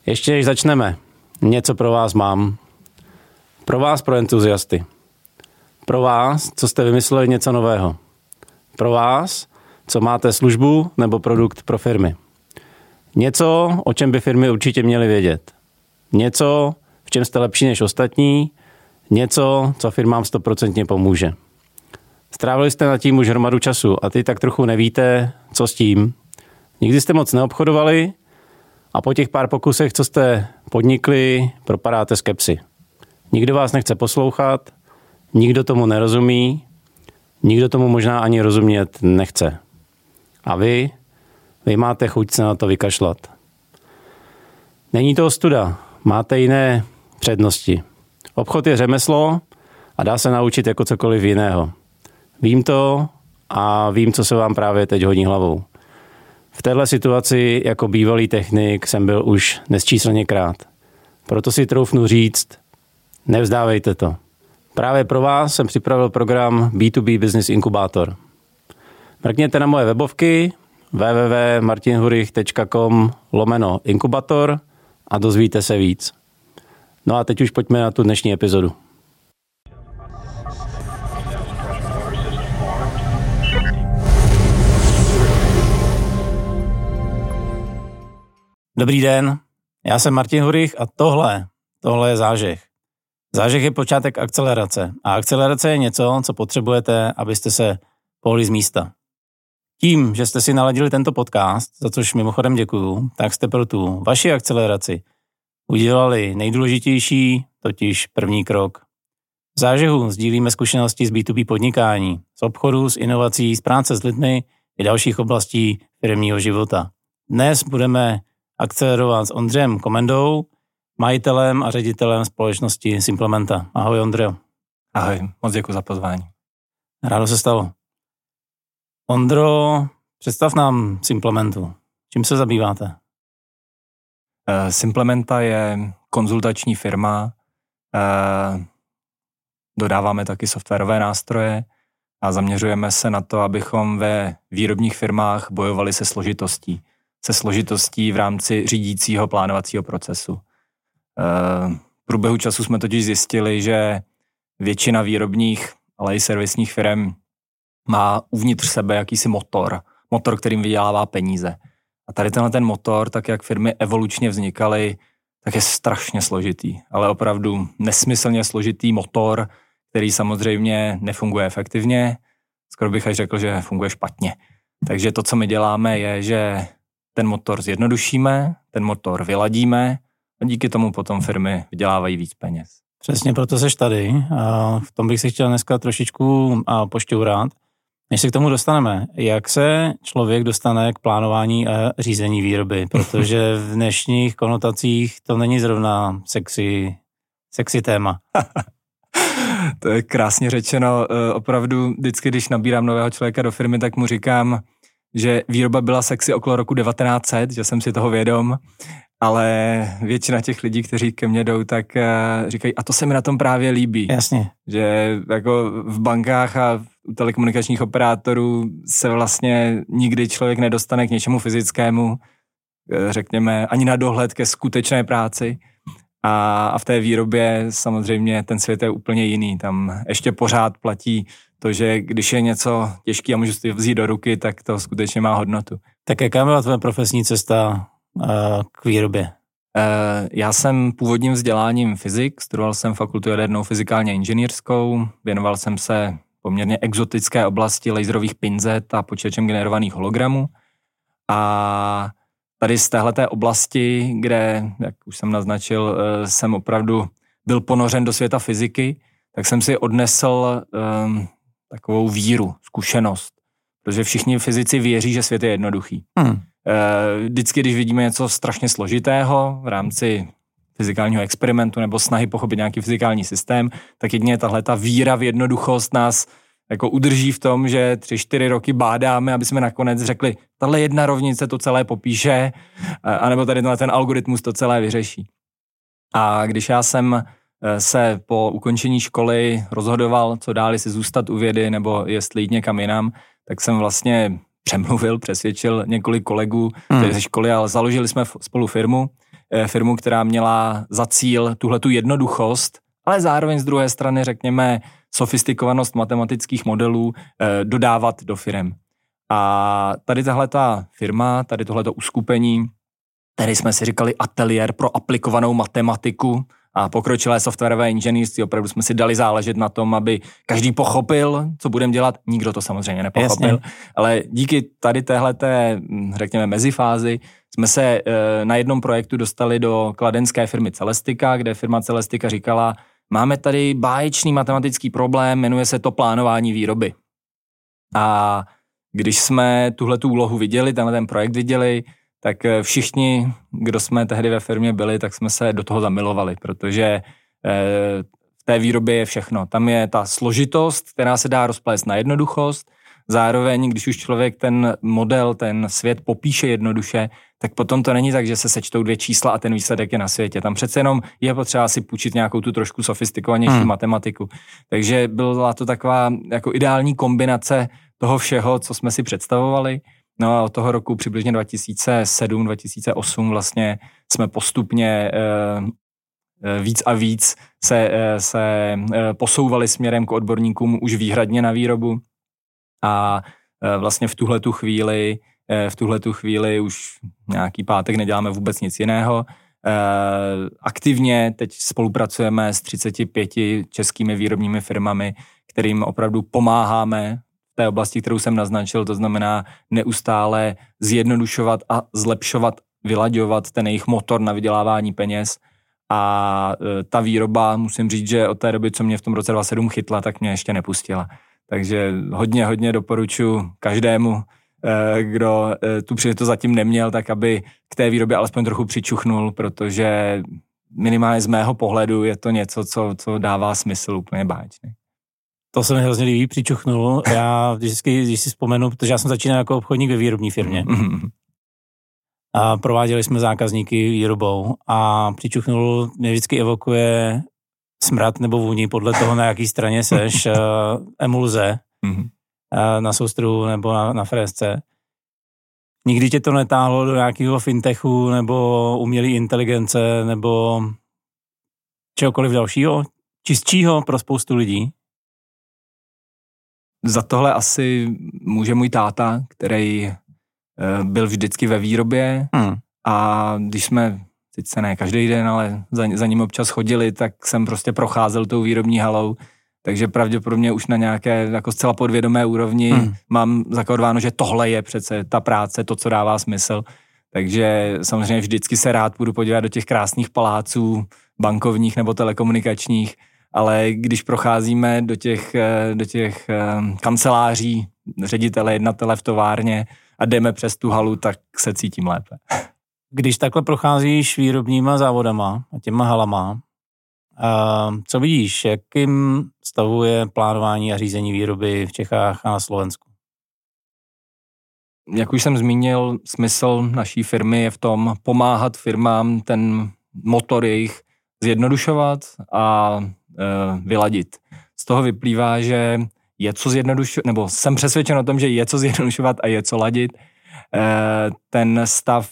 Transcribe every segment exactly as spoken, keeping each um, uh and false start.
Ještě než začneme, něco pro vás mám. Pro vás, pro entuziasty. Pro vás, co jste vymysleli něco nového. Pro vás, co máte službu nebo produkt pro firmy. Něco, o čem by firmy určitě měly vědět. Něco, v čem jste lepší než ostatní. Něco, co firmám stoprocentně pomůže. Strávili jste nad tím už hromadu času a ty tak trochu nevíte, co s tím. Nikdy jste moc neobchodovali a po těch pár pokusech, co jste podnikli, propadáte skepsi. Nikdo vás nechce poslouchat, nikdo tomu nerozumí, nikdo tomu možná ani rozumět nechce. A vy, vy máte chuť se na to vykašlat. Není to ostuda, máte jiné přednosti. Obchod je řemeslo a dá se naučit jako cokoliv jiného. Vím to a vím, co se vám právě teď hodí hlavou. V téhle situaci jako bývalý technik jsem byl už nesčíslněkrát. Proto si troufnu říct, nevzdávejte to. Právě pro vás jsem připravil program bé dvě bé Business Inkubator. Mrkněte na moje webovky w w w tečka martinhurich tečka com lomeno inkubator a dozvíte se víc. No a teď už pojďme na tu dnešní epizodu. Dobrý den, já jsem Martin Hurich a tohle, tohle je zážeh. Zážeh je počátek akcelerace a akcelerace je něco, co potřebujete, abyste se pohli z místa. Tím, že jste si naladili tento podcast, za což mimochodem děkuju, tak jste pro tu vaši akceleraci udělali nejdůležitější, totiž první krok. V zážehu sdílíme zkušenosti z bé dvě bé podnikání, z obchodu, z inovací, z práce s lidmi i dalších oblastí firemního života. Dnes budeme akcelerovat s Ondřejem Komendou, majitelem a ředitelem společnosti Simplementa. Ahoj, Ondřejo. Ahoj, moc děkuji za pozvání. Rádo se stalo. Ondro, představ nám Simplementu. Čím se zabýváte? Simplementa je konzultační firma, dodáváme taky softwarové nástroje a zaměřujeme se na to, abychom ve výrobních firmách bojovali se složitostí. se složitostí v rámci řídícího plánovacího procesu. V průběhu času jsme totiž zjistili, že většina výrobních, ale i servisních firm má uvnitř sebe jakýsi motor, motor, kterým vydělává peníze. A tady tenhle ten motor, tak jak firmy evolučně vznikaly, tak je strašně složitý, ale opravdu nesmyslně složitý motor, který samozřejmě nefunguje efektivně, skoro bych až řekl, že funguje špatně. Takže to, co my děláme, je, že ten motor zjednodušíme, ten motor vyladíme a díky tomu potom firmy vydělávají víc peněz. Přesně proto seš tady. A v tom bych si chtěl dneska trošičku pošťourat. Než se k tomu dostaneme, jak se člověk dostane k plánování a řízení výroby, protože v dnešních konotacích to není zrovna sexy, sexy téma. To je krásně řečeno. Opravdu vždycky, když nabírám nového člověka do firmy, tak mu říkám, že výroba byla sexy okolo roku devatenáct set, že jsem si toho vědom, ale většina těch lidí, kteří ke mně jdou, tak říkají, a to se mi na tom právě líbí. Jasně. Že jako v bankách a u telekomunikačních operátorů se vlastně nikdy člověk nedostane k něčemu fyzickému, řekněme, ani na dohled ke skutečné práci. A, a v té výrobě samozřejmě ten svět je úplně jiný. Tam ještě pořád platí to, že když je něco těžké a můžu si vzít do ruky, tak to skutečně má hodnotu. Tak jaká byla tvoje profesní cesta uh, k výrobě? Uh, já jsem původním vzděláním fyzik, studoval jsem fakultu jadernou fyzikálně inženýrskou, věnoval jsem se poměrně exotické oblasti laserových pinzet a počítačem generovaných hologramů. A tady z téhleté oblasti, kde, jak už jsem naznačil, uh, jsem opravdu byl ponořen do světa fyziky, tak jsem si odnesl um, takovou víru, zkušenost. Protože všichni fyzici věří, že svět je jednoduchý. Hmm. Vždycky, když vidíme něco strašně složitého v rámci fyzikálního experimentu nebo snahy pochopit nějaký fyzikální systém, tak jedině tahle ta víra v jednoduchost nás jako udrží v tom, že tři, čtyři roky bádáme, aby jsme nakonec řekli, tahle jedna rovnice to celé popíše, anebo tady ten algoritmus to celé vyřeší. A když já jsem se po ukončení školy rozhodoval, co dál, jestli zůstat u vědy nebo jestli jít někam jinam, tak jsem vlastně přemluvil, přesvědčil několik kolegů hmm. ze školy, ale založili jsme spolu firmu, firmu, která měla za cíl tuhletu jednoduchost, ale zároveň z druhé strany, řekněme, sofistikovanost matematických modelů dodávat do firem. A tady tahleta firma, tady tohleto uskupení, tady jsme si říkali ateliér pro aplikovanou matematiku a pokročilé softwarové inženýrství, opravdu jsme si dali záležet na tom, aby každý pochopil, co budeme dělat. Nikdo to samozřejmě nepochopil, Jasně. ale díky tady téhleté, řekněme, mezifázi jsme se e, na jednom projektu dostali do kladenské firmy Celestika, kde firma Celestika říkala, máme tady báječný matematický problém, jmenuje se to plánování výroby. A když jsme tuhletu úlohu viděli, tenhle ten projekt viděli, tak všichni, kdo jsme tehdy ve firmě byli, tak jsme se do toho zamilovali, protože v té výrobě je všechno. Tam je ta složitost, která se dá rozplést na jednoduchost, zároveň, když už člověk ten model, ten svět popíše jednoduše, tak potom to není tak, že se sečtou dvě čísla a ten výsledek je na světě. Tam přece jenom je potřeba si půjčit nějakou tu trošku sofistikovanější hmm. matematiku. Takže byla to taková jako ideální kombinace toho všeho, co jsme si představovali. No a od toho roku přibližně dva tisíce sedm dva tisíce osm vlastně jsme postupně eh, víc a víc se, eh, se eh, posouvali směrem k odborníkům už výhradně na výrobu a eh, vlastně v tuhletu chvíli eh, v tuhletu chvíli už nějaký pátek neděláme vůbec nic jiného. Eh, aktivně teď spolupracujeme s třiceti pěti českými výrobními firmami, kterým opravdu pomáháme té oblasti, kterou jsem naznačil, to znamená neustále zjednodušovat a zlepšovat, vylaďovat ten jejich motor na vydělávání peněz a e, ta výroba, musím říct, že od té doby, co mě v tom roce dvacet sedm chytla, tak mě ještě nepustila. Takže hodně, hodně doporučuji každému, e, kdo e, tu příležitost zatím neměl, tak aby k té výrobě alespoň trochu přičuchnul, protože minimálně z mého pohledu je to něco, co, co dává smysl úplně báječný. To se mi hrozně líbí, přičuchnul. Já vždycky, když si vzpomenu, protože já jsem začínal jako obchodník ve výrobní firmě. Mm-hmm. A prováděli jsme zákazníky výrobou a přičuchnul mě vždycky evokuje smrad nebo vůni podle toho, na jaký straně seš, uh, emulze mm-hmm. uh, na soustru nebo na, na frézce. Nikdy tě to netáhlo do nějakého fintechu nebo umělé inteligence nebo čehokoliv dalšího, čistšího pro spoustu lidí? Za tohle asi může můj táta, který byl vždycky ve výrobě hmm. a když jsme, sice ne každý den, ale za, za ním občas chodili, tak jsem prostě procházel tou výrobní halou, takže pravděpodobně už na nějaké jako zcela podvědomé úrovni hmm. mám zakódováno, že tohle je přece ta práce, to, co dává smysl. Takže samozřejmě vždycky se rád budu podívat do těch krásných paláců bankovních nebo telekomunikačních, ale když procházíme do těch, do těch kanceláří ředitele, jednatele v továrně a jdeme přes tu halu, tak se cítím lépe. Když takhle procházíš výrobníma závodama a těma halama, co vidíš, jakým stavu je plánování a řízení výroby v Čechách a na Slovensku? Jak už jsem zmínil, smysl naší firmy je v tom pomáhat firmám ten motor jejich zjednodušovat a vyladit. Z toho vyplývá, že je co zjednodušovat, nebo jsem přesvědčen o tom, že je co zjednodušovat a je co ladit. Ten stav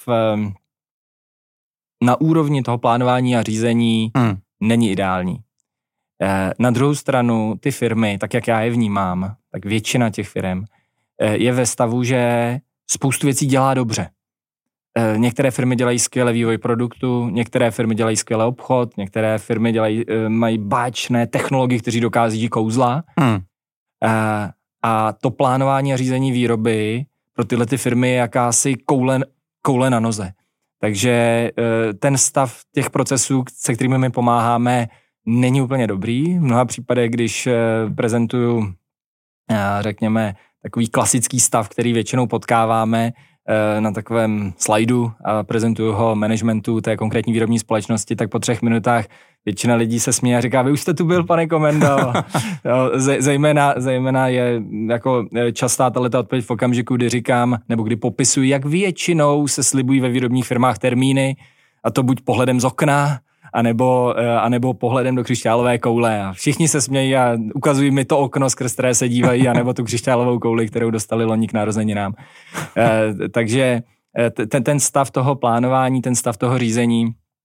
na úrovni toho plánování a řízení hmm. není ideální. Na druhou stranu ty firmy, tak jak já je vnímám, tak většina těch firm je ve stavu, že spoustu věcí dělá dobře. Některé firmy dělají skvělé vývoj produktu, některé firmy dělají skvělé obchod, některé firmy dělají, mají báječné technologie, kteří dokází kouzla. Hmm. A to plánování a řízení výroby pro tyhle ty firmy je jakási koule, koule na noze. Takže ten stav těch procesů, se kterými my pomáháme, není úplně dobrý. V mnoha případech, když prezentuju, řekněme, takový klasický stav, který většinou potkáváme na takovém slajdu a prezentuju ho managementu té konkrétní výrobní společnosti, tak po třech minutách většina lidí se směje a říká, vy už jste tu byl, pane komendo. zejména, zejména je jako častá tato odpověď v okamžiku, kdy říkám, nebo kdy popisuji, jak většinou se slibují ve výrobních firmách termíny, a to buď pohledem z okna, anebo, anebo pohledem do křišťálové koule. A všichni se smějí a ukazují mi to okno, skrz které se dívají, anebo tu křišťálovou kouli, kterou dostali loni k narozeninám. Takže ten, ten stav toho plánování, ten stav toho řízení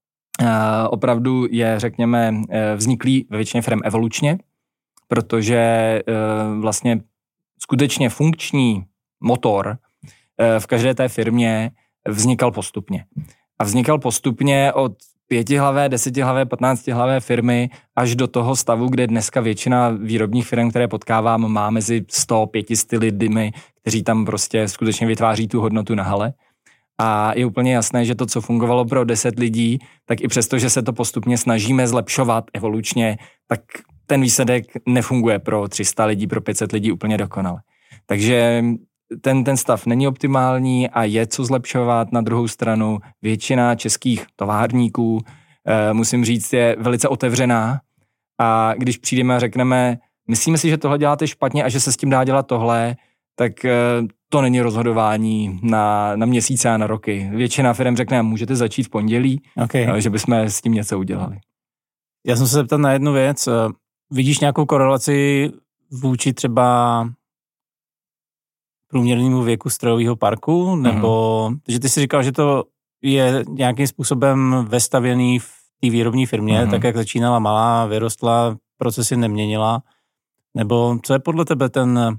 opravdu je, řekněme, vzniklý ve většině firm evolučně, protože vlastně skutečně funkční motor v každé té firmě vznikal postupně. A vznikal postupně od pětihlavé, desetihlavé, patnáctihlavé firmy až do toho stavu, kde dneska většina výrobních firm, které potkávám, má mezi sto, pět set lidmi, kteří tam prostě skutečně vytváří tu hodnotu na hale. A je úplně jasné, že to, co fungovalo pro deset lidí, tak i přesto, že se to postupně snažíme zlepšovat evolučně, tak ten výsledek nefunguje pro tři sta lidí, pro pět set lidí úplně dokonale. Takže ten, ten stav není optimální a je co zlepšovat. Na druhou stranu většina českých továrníků, eh, musím říct, je velice otevřená a když přijdeme a řekneme, myslíme si, že tohle děláte špatně a že se s tím dá dělat tohle, tak eh, to není rozhodování na, na měsíce a na roky. Většina firm řekne, můžete začít v pondělí, okay. eh, že bychom s tím něco udělali. Já jsem se zeptal na jednu věc. Vidíš nějakou korelaci vůči třeba průměrnému věku strojového parku, nebo mm-hmm. že ty si říkal, že to je nějakým způsobem vestavěný v té výrobní firmě, mm-hmm. tak jak začínala malá, vyrostla, procesy neměnila, nebo co je podle tebe ten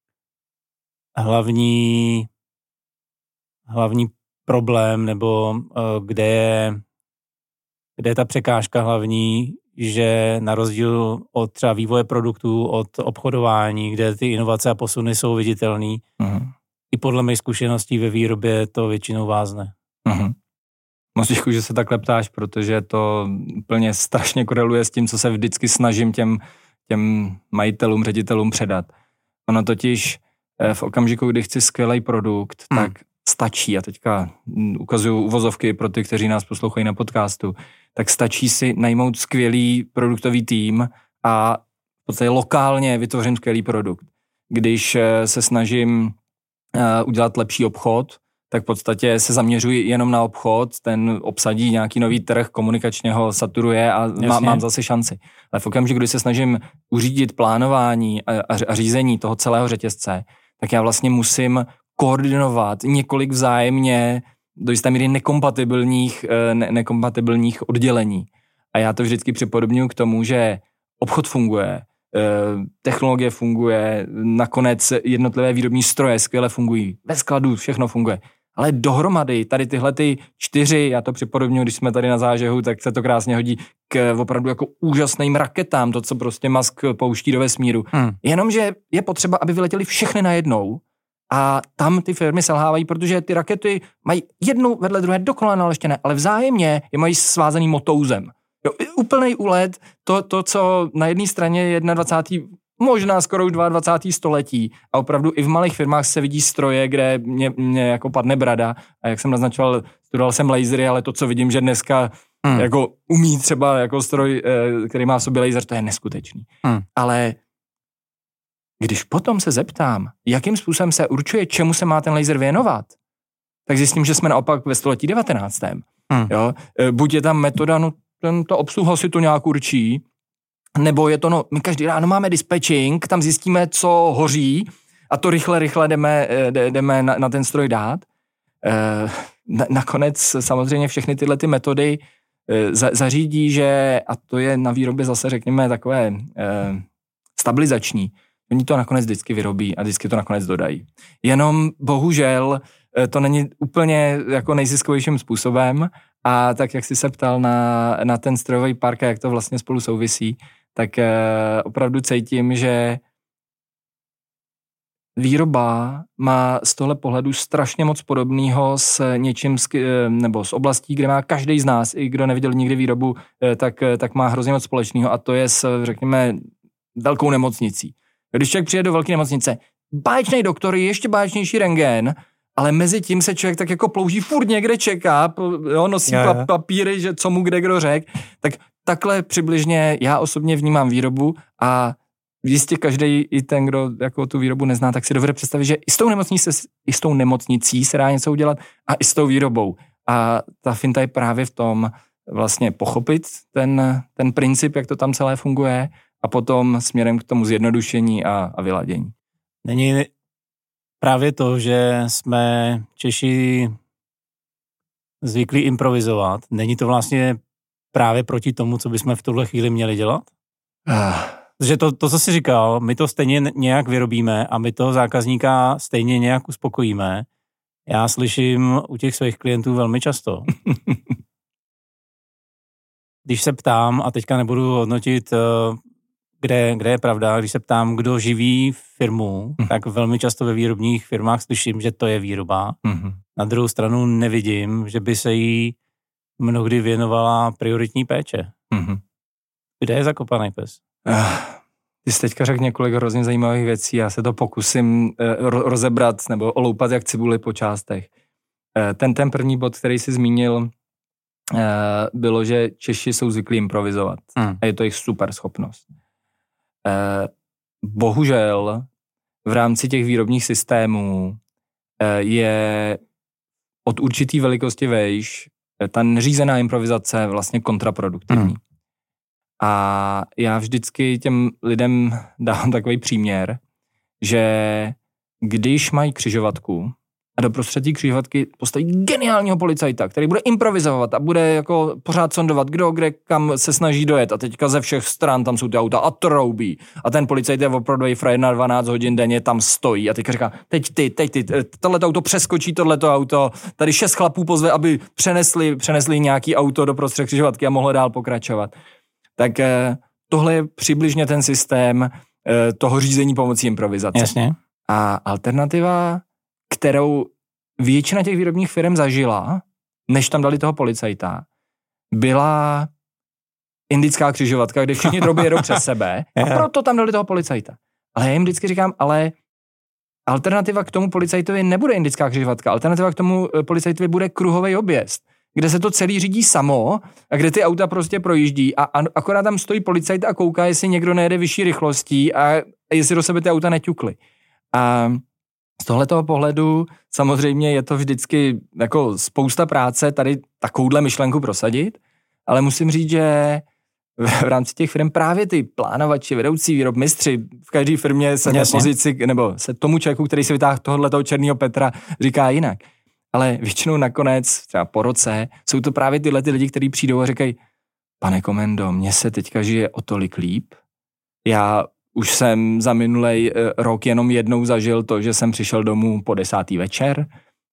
hlavní hlavní problém, nebo uh, kde je kde je ta překážka hlavní, že na rozdíl od třeba vývoje produktů, od obchodování, kde ty inovace a posuny jsou viditelný, uh-huh. i podle mých zkušeností ve výrobě to většinou vázne. Uh-huh. Moc děkuji, že se takhle ptáš, protože to úplně strašně koreluje s tím, co se vždycky snažím těm, těm majitelům, ředitelům předat. Ono totiž v okamžiku, kdy chci skvělý produkt, hmm. tak stačí, a teďka ukazuju uvozovky pro ty, kteří nás poslouchají na podcastu, tak stačí si najmout skvělý produktový tým a v podstatě lokálně vytvořím skvělý produkt. Když se snažím udělat lepší obchod, tak v podstatě se zaměřuji jenom na obchod, ten obsadí nějaký nový trh, komunikačně ho saturuje a má, mám zase šanci. Ale v okamžiku, kdy se snažím uřídit plánování a, a řízení toho celého řetězce, tak já vlastně musím koordinovat několik vzájemně do jisté míry nekompatibilních, ne, nekompatibilních oddělení. A já to vždycky připodobňuji k tomu, že obchod funguje, technologie funguje, nakonec jednotlivé výrobní stroje skvěle fungují, ve skladu všechno funguje. Ale dohromady tady tyhle ty čtyři, já to připodobňuji, když jsme tady na zážehu, tak se to krásně hodí k opravdu jako úžasným raketám, to, co prostě Musk pouští do vesmíru. Hmm. Jenomže je potřeba, aby vyletěly všechny najednou a tam ty firmy selhávají, protože ty rakety mají jednu vedle druhé dokonale naleštěné, ale vzájemně je mají svázaný motouzem. Jo, úplnej úlet, to, to, co na jedné straně je dvacátého prvního možná skoro už dvacátého druhého století a opravdu i v malých firmách se vidí stroje, kde mě, mě jako padne brada a jak jsem naznačoval, studoval jsem lasery, ale to, co vidím, že dneska hmm. jako umí třeba jako stroj, který má v sobě laser, to je neskutečný. Hmm. Ale když potom se zeptám, jakým způsobem se určuje, čemu se má ten laser věnovat, tak zjistím, že jsme naopak ve století devatenáctém Hmm. Jo? Buď je tam metoda, no ta obsluha si to nějak určí, nebo je to, no, my každý ráno máme dispatching, tam zjistíme, co hoří a to rychle, rychle jdeme, jdeme na, na ten stroj dát. E, na, nakonec samozřejmě všechny tyhle ty metody e, za, zařídí, že, a to je na výrobě zase, řekněme, takové e, stabilizační, oni to nakonec vždycky vyrobí a vždycky to nakonec dodají. Jenom bohužel e, to není úplně jako nejziskovějším způsobem a tak, jak jsi se ptal na, na ten strojový park a jak to vlastně spolu souvisí, tak e, opravdu cítím, že výroba má z tohle pohledu strašně moc podobného s něčím, nebo s oblastí, kde má každý z nás, i kdo neviděl nikdy výrobu, tak, tak má hrozně moc společného a to je s, řekněme, velkou nemocnicí. Když člověk přijde do velké nemocnice, báječný doktor, ještě báječnější rentgen, ale mezi tím se člověk tak jako plouží, furt někde čeká, jo, nosí pa- papíry, že co mu kde kdo řek, tak takhle přibližně já osobně vnímám výrobu a jistě každý i ten, kdo jako tu výrobu nezná, tak si dovede představit, že i s tou nemocnicí se, i s tou nemocnicí se dá něco udělat a i s tou výrobou. A ta finta je právě v tom vlastně pochopit ten, ten princip, jak to tam celé funguje a potom směrem k tomu zjednodušení a, a vyladění. Není právě to, že jsme Češi zvyklí improvizovat. Není to vlastně právě proti tomu, co bychom v tuhle chvíli měli dělat? Uh. Protože to, to, co jsi říkal, my to stejně nějak vyrobíme a my toho zákazníka stejně nějak uspokojíme. Já slyším u těch svých klientů velmi často. Když se ptám, a teďka nebudu hodnotit, kde, kde je pravda, když se ptám, kdo živí firmu, mm. tak velmi často ve výrobních firmách slyším, že to je výroba. Mm. Na druhou stranu nevidím, že by se jí mnohdy věnovala prioritní péče. Mm. Kde je zakopaný pes? Uh, ty jsi teďka řekl několik hrozně zajímavých věcí, já se to pokusím uh, rozebrat nebo oloupat jak cibuli po částech. Uh, ten, ten první bod, který jsi zmínil, uh, bylo, že Češi jsou zvyklí improvizovat hmm. a je to jejich super schopnost. Uh, bohužel v rámci těch výrobních systémů uh, je od určitý velikosti vejš ta neřízená improvizace vlastně kontraproduktivní. Hmm. A já vždycky těm lidem dám takový příměr, že když mají křižovatku a do prostředí křižovatky postaví geniálního policajta, který bude improvizovat a bude jako pořád sondovat, kdo kde kam se snaží dojet a teďka ze všech stran tam jsou ty auta a troubí a ten policajt je opravdu frajer na dvanáct hodin denně tam stojí a teďka říká, teď ty, teď ty, tohleto auto přeskočí tohleto auto, tady šest chlapů pozve, aby přenesli, přenesli nějaký auto do prostředí křižovatky a mohlo dál pokračovat. Tak tohle je přibližně ten systém toho řízení pomocí improvizace. Jasně. A alternativa, kterou většina těch výrobních firm zažila, než tam dali toho policajta, byla indická křižovatka, kde všichni troubí jedou přes sebe a proto tam dali toho policajta. Ale já jim vždycky říkám, ale alternativa k tomu policajtovi nebude indická křižovatka, alternativa k tomu policajtovi bude kruhový objezd, kde se to celý řídí samo a kde ty auta prostě projíždí a, a akorát tam stojí policajt a kouká, jestli někdo nejede vyšší rychlostí a jestli do sebe ty auta neťukly. A z tohletoho pohledu samozřejmě je to vždycky jako spousta práce tady takovouhle myšlenku prosadit, ale musím říct, že v rámci těch firm právě ty plánovači, vedoucí výrob, mistři v každé firmě se na pozici, nebo se tomu člověku, který si vytáhl tohohletoho černýho Petra, říká jinak. Ale většinou nakonec, třeba po roce, jsou to právě tyhle ty lidi, kteří přijdou a říkají, pane komendo, mně se teďka žije o tolik líp. Já už jsem za minulej rok jenom jednou zažil to, že jsem přišel domů po desátý večer,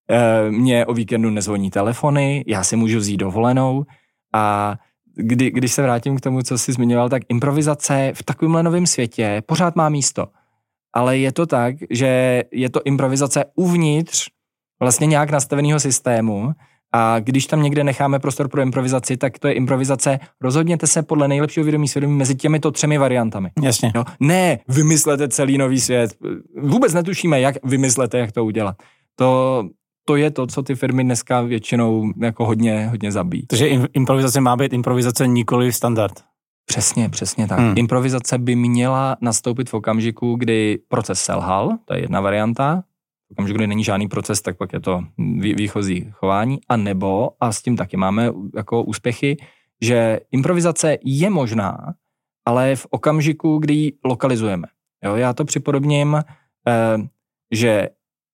mně o víkendu nezvoní telefony, já si můžu vzít dovolenou a kdy, když se vrátím k tomu, co jsi zmiňoval, tak improvizace v takovémhle novém světě pořád má místo. Ale je to tak, že je to improvizace uvnitř vlastně nějak nastaveného systému a když tam někde necháme prostor pro improvizaci, tak to je improvizace, rozhodněte se podle nejlepšího vědomí svědomí mezi těmito třemi variantami. Jasně. No, ne, vymyslete celý nový svět. Vůbec netušíme, jak vymyslete, jak to udělat. To, to je to, co ty firmy dneska většinou jako hodně, hodně zabíjí. Takže improvizace má být improvizace, nikoli standard. Přesně, přesně tak. Hmm. Improvizace by měla nastoupit v okamžiku, kdy proces selhal, to je jedna varianta, v okamžiku, kdy není žádný proces, tak pak je to výchozí chování, a nebo, a s tím taky máme jako úspěchy, že improvizace je možná, ale v okamžiku, kdy ji lokalizujeme. Jo, já to připodobním, eh, že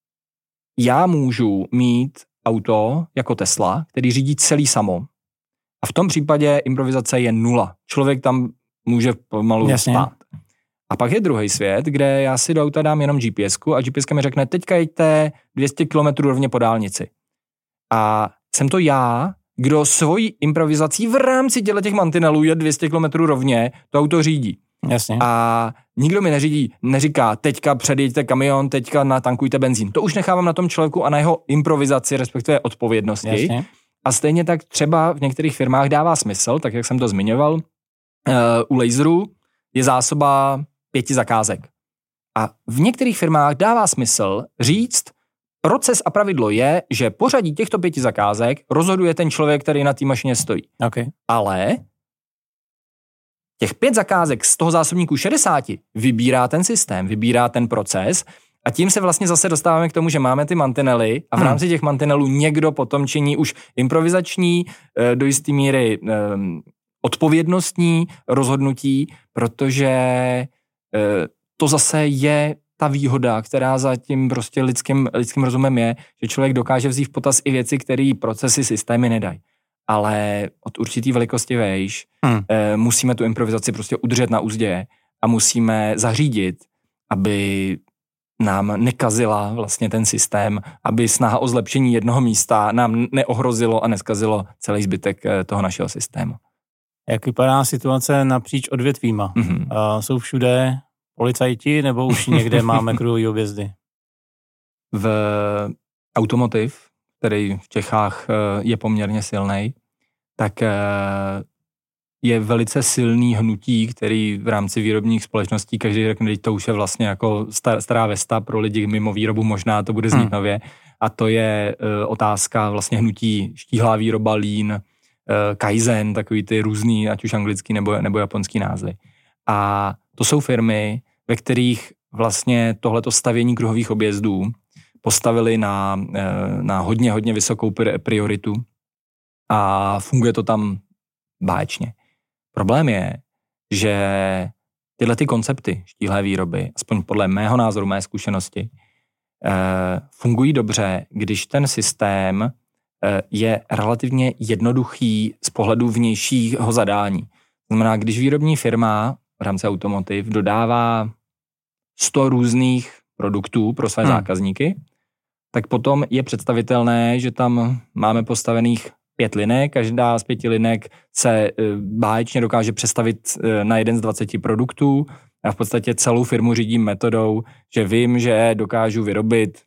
já můžu mít auto jako Tesla, který řídí celý samo. A v tom případě improvizace je nula. Člověk tam může pomalu Jasně. spát. A pak je druhý svět, kde já si do auta dám jenom G P S ku a G P S ka mi řekne, teďka jeďte dvě stě kilometrů rovně po dálnici. A jsem to já, kdo svojí improvizací v rámci těch mantinelů je dvě stě kilometrů rovně, to auto řídí. Jasně. A nikdo mi neřídí, neříká, teďka předjeďte kamion, teďka natankujte benzín. To už nechávám na tom člověku a na jeho improvizaci, respektive odpovědnosti. Jasně. A stejně tak třeba v některých firmách dává smysl, tak jak jsem to zmiňoval, uh, u laserů je zásoba pěti zakázek. A v některých firmách dává smysl říct, proces a pravidlo je, že pořadí těchto pěti zakázek rozhoduje ten člověk, který na té mašině stojí. Okay. Ale těch pět zakázek z toho zásobníku šedesáti vybírá ten systém, vybírá ten proces a tím se vlastně zase dostáváme k tomu, že máme ty mantinely a v rámci těch mantinelů někdo potom činí už improvizační, do jisté míry odpovědnostní rozhodnutí, protože to zase je ta výhoda, která za tím prostě lidským, lidským rozumem je, že člověk dokáže vzít v potaz i věci, které procesy, systémy nedají. ale od určitý velikosti vejš hmm. musíme tu improvizaci prostě udržet na uzdě a musíme zařídit, aby nám nekazila vlastně ten systém, aby snaha o zlepšení jednoho místa nám neohrozilo a neskazilo celý zbytek toho našeho systému. Jak vypadá situace napříč odvětvíma? Mm-hmm. Uh, jsou všude policajti nebo už někde máme kruhový objezdy? V automotiv, který v Čechách je poměrně silný, tak je velice silný hnutí, který v rámci výrobních společností každý řekne, že to už je vlastně jako star, stará vesta pro lidi mimo výrobu, možná to bude znít hmm. nově. A to je uh, otázka vlastně hnutí štíhlá výroba, lean, uh, kaizen, takový ty různý, ať už anglický nebo, nebo japonský názvy. A to jsou firmy, ve kterých vlastně tohleto stavění kruhových objezdů postavili na, uh, na hodně, hodně vysokou prioritu a funguje to tam báječně. Problém je, že tyhle ty koncepty štíhlé výroby, aspoň podle mého názoru, mé zkušenosti, fungují dobře, když ten systém je relativně jednoduchý z pohledu vnějšího zadání. To znamená, když výrobní firma v rámci automotiv dodává sto různých produktů pro své hmm. zákazníky, tak potom je představitelné, že tam máme postavených pět linek, každá z pěti linek se báječně dokáže přestavit na jeden z dvaceti produktů a v podstatě celou firmu řídím metodou, že vím, že dokážu vyrobit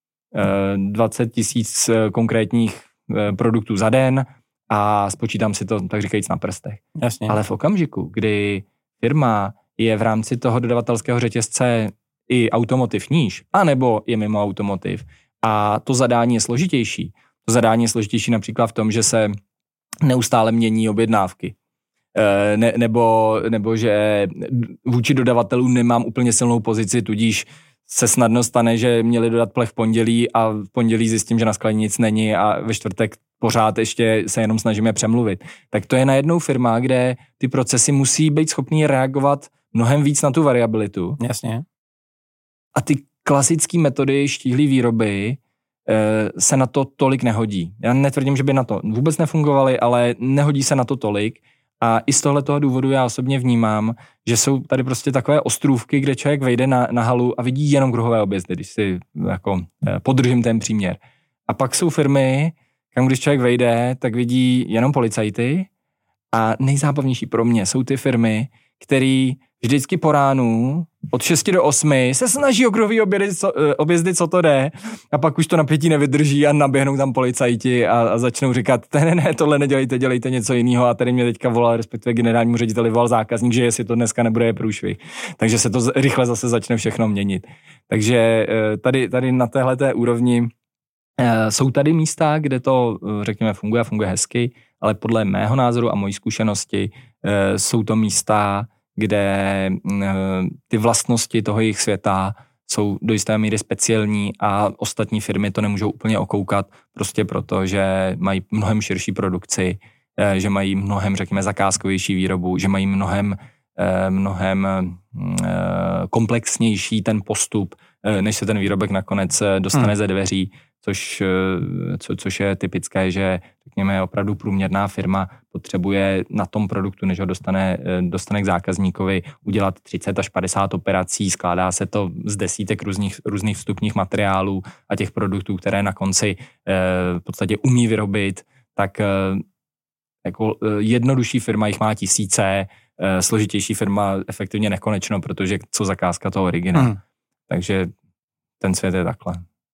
dvacet tisíc konkrétních produktů za den a spočítám si to, tak říkajíc, na prstech. Jasně. Ale v okamžiku, kdy firma je v rámci toho dodavatelského řetězce i automotiv níž, anebo je mimo automotiv a to zadání je složitější, To zadání je složitější například v tom, že se neustále mění objednávky. Ne, nebo, nebo že vůči dodavatelům nemám úplně silnou pozici, tudíž se snadno stane, že měli dodat plech v pondělí a v pondělí zjistím, že na skladě nic není a ve čtvrtek pořád ještě se jenom snažíme přemluvit. Tak to je najednou firma, kde ty procesy musí být schopný reagovat mnohem víc na tu variabilitu. Jasně. A ty klasické metody štíhlé výroby se na to tolik nehodí. Já netvrdím, že by na to vůbec nefungovaly, ale nehodí se na to tolik. A i z tohletoho důvodu já osobně vnímám, že jsou tady prostě takové ostrůvky, kde člověk vejde na, na halu a vidí jenom kruhové objezdy, když si jako podržím ten příměr. A pak jsou firmy, kam když člověk vejde, tak vidí jenom policajty a nejzábavnější pro mě jsou ty firmy, které vždycky po ránu od šesti do osmi se snaží o kruhový objezdy, co, objezdy, co to jde, a pak už to napětí nevydrží a naběhnou tam policajti a, a začnou říkat, ne, ne, tohle nedělejte, dělejte něco jiného, a tady mě teďka volal, respektive generálnímu řediteli volal zákazník, že jestli to dneska nebude je průšvih. Takže se to rychle zase začne všechno měnit. Takže tady, tady na téhleté úrovni jsou tady místa, kde to, řekněme, funguje a funguje hezky, ale podle mého názoru a mojí zkušenosti jsou to místa, kde ty vlastnosti toho jejich světa jsou do jisté míry speciální a ostatní firmy to nemůžou úplně okoukat, prostě proto, že mají mnohem širší produkci, že mají mnohem, řekněme, zakázkovější výrobu, že mají mnohem, mnohem komplexnější ten postup, než se ten výrobek nakonec dostane hmm. ze dveří, což, co, což je typické, že řekněme opravdu průměrná firma potřebuje na tom produktu, než ho dostane, dostane k zákazníkovi, udělat třicet až padesát operací, skládá se to z desítek různých, různých vstupních materiálů a těch produktů, které na konci v podstatě umí vyrobit, tak jako jednodušší firma jich má tisíce, složitější firma efektivně nekonečno, protože co zakázka toho originál. Hmm. Takže ten svět je takhle.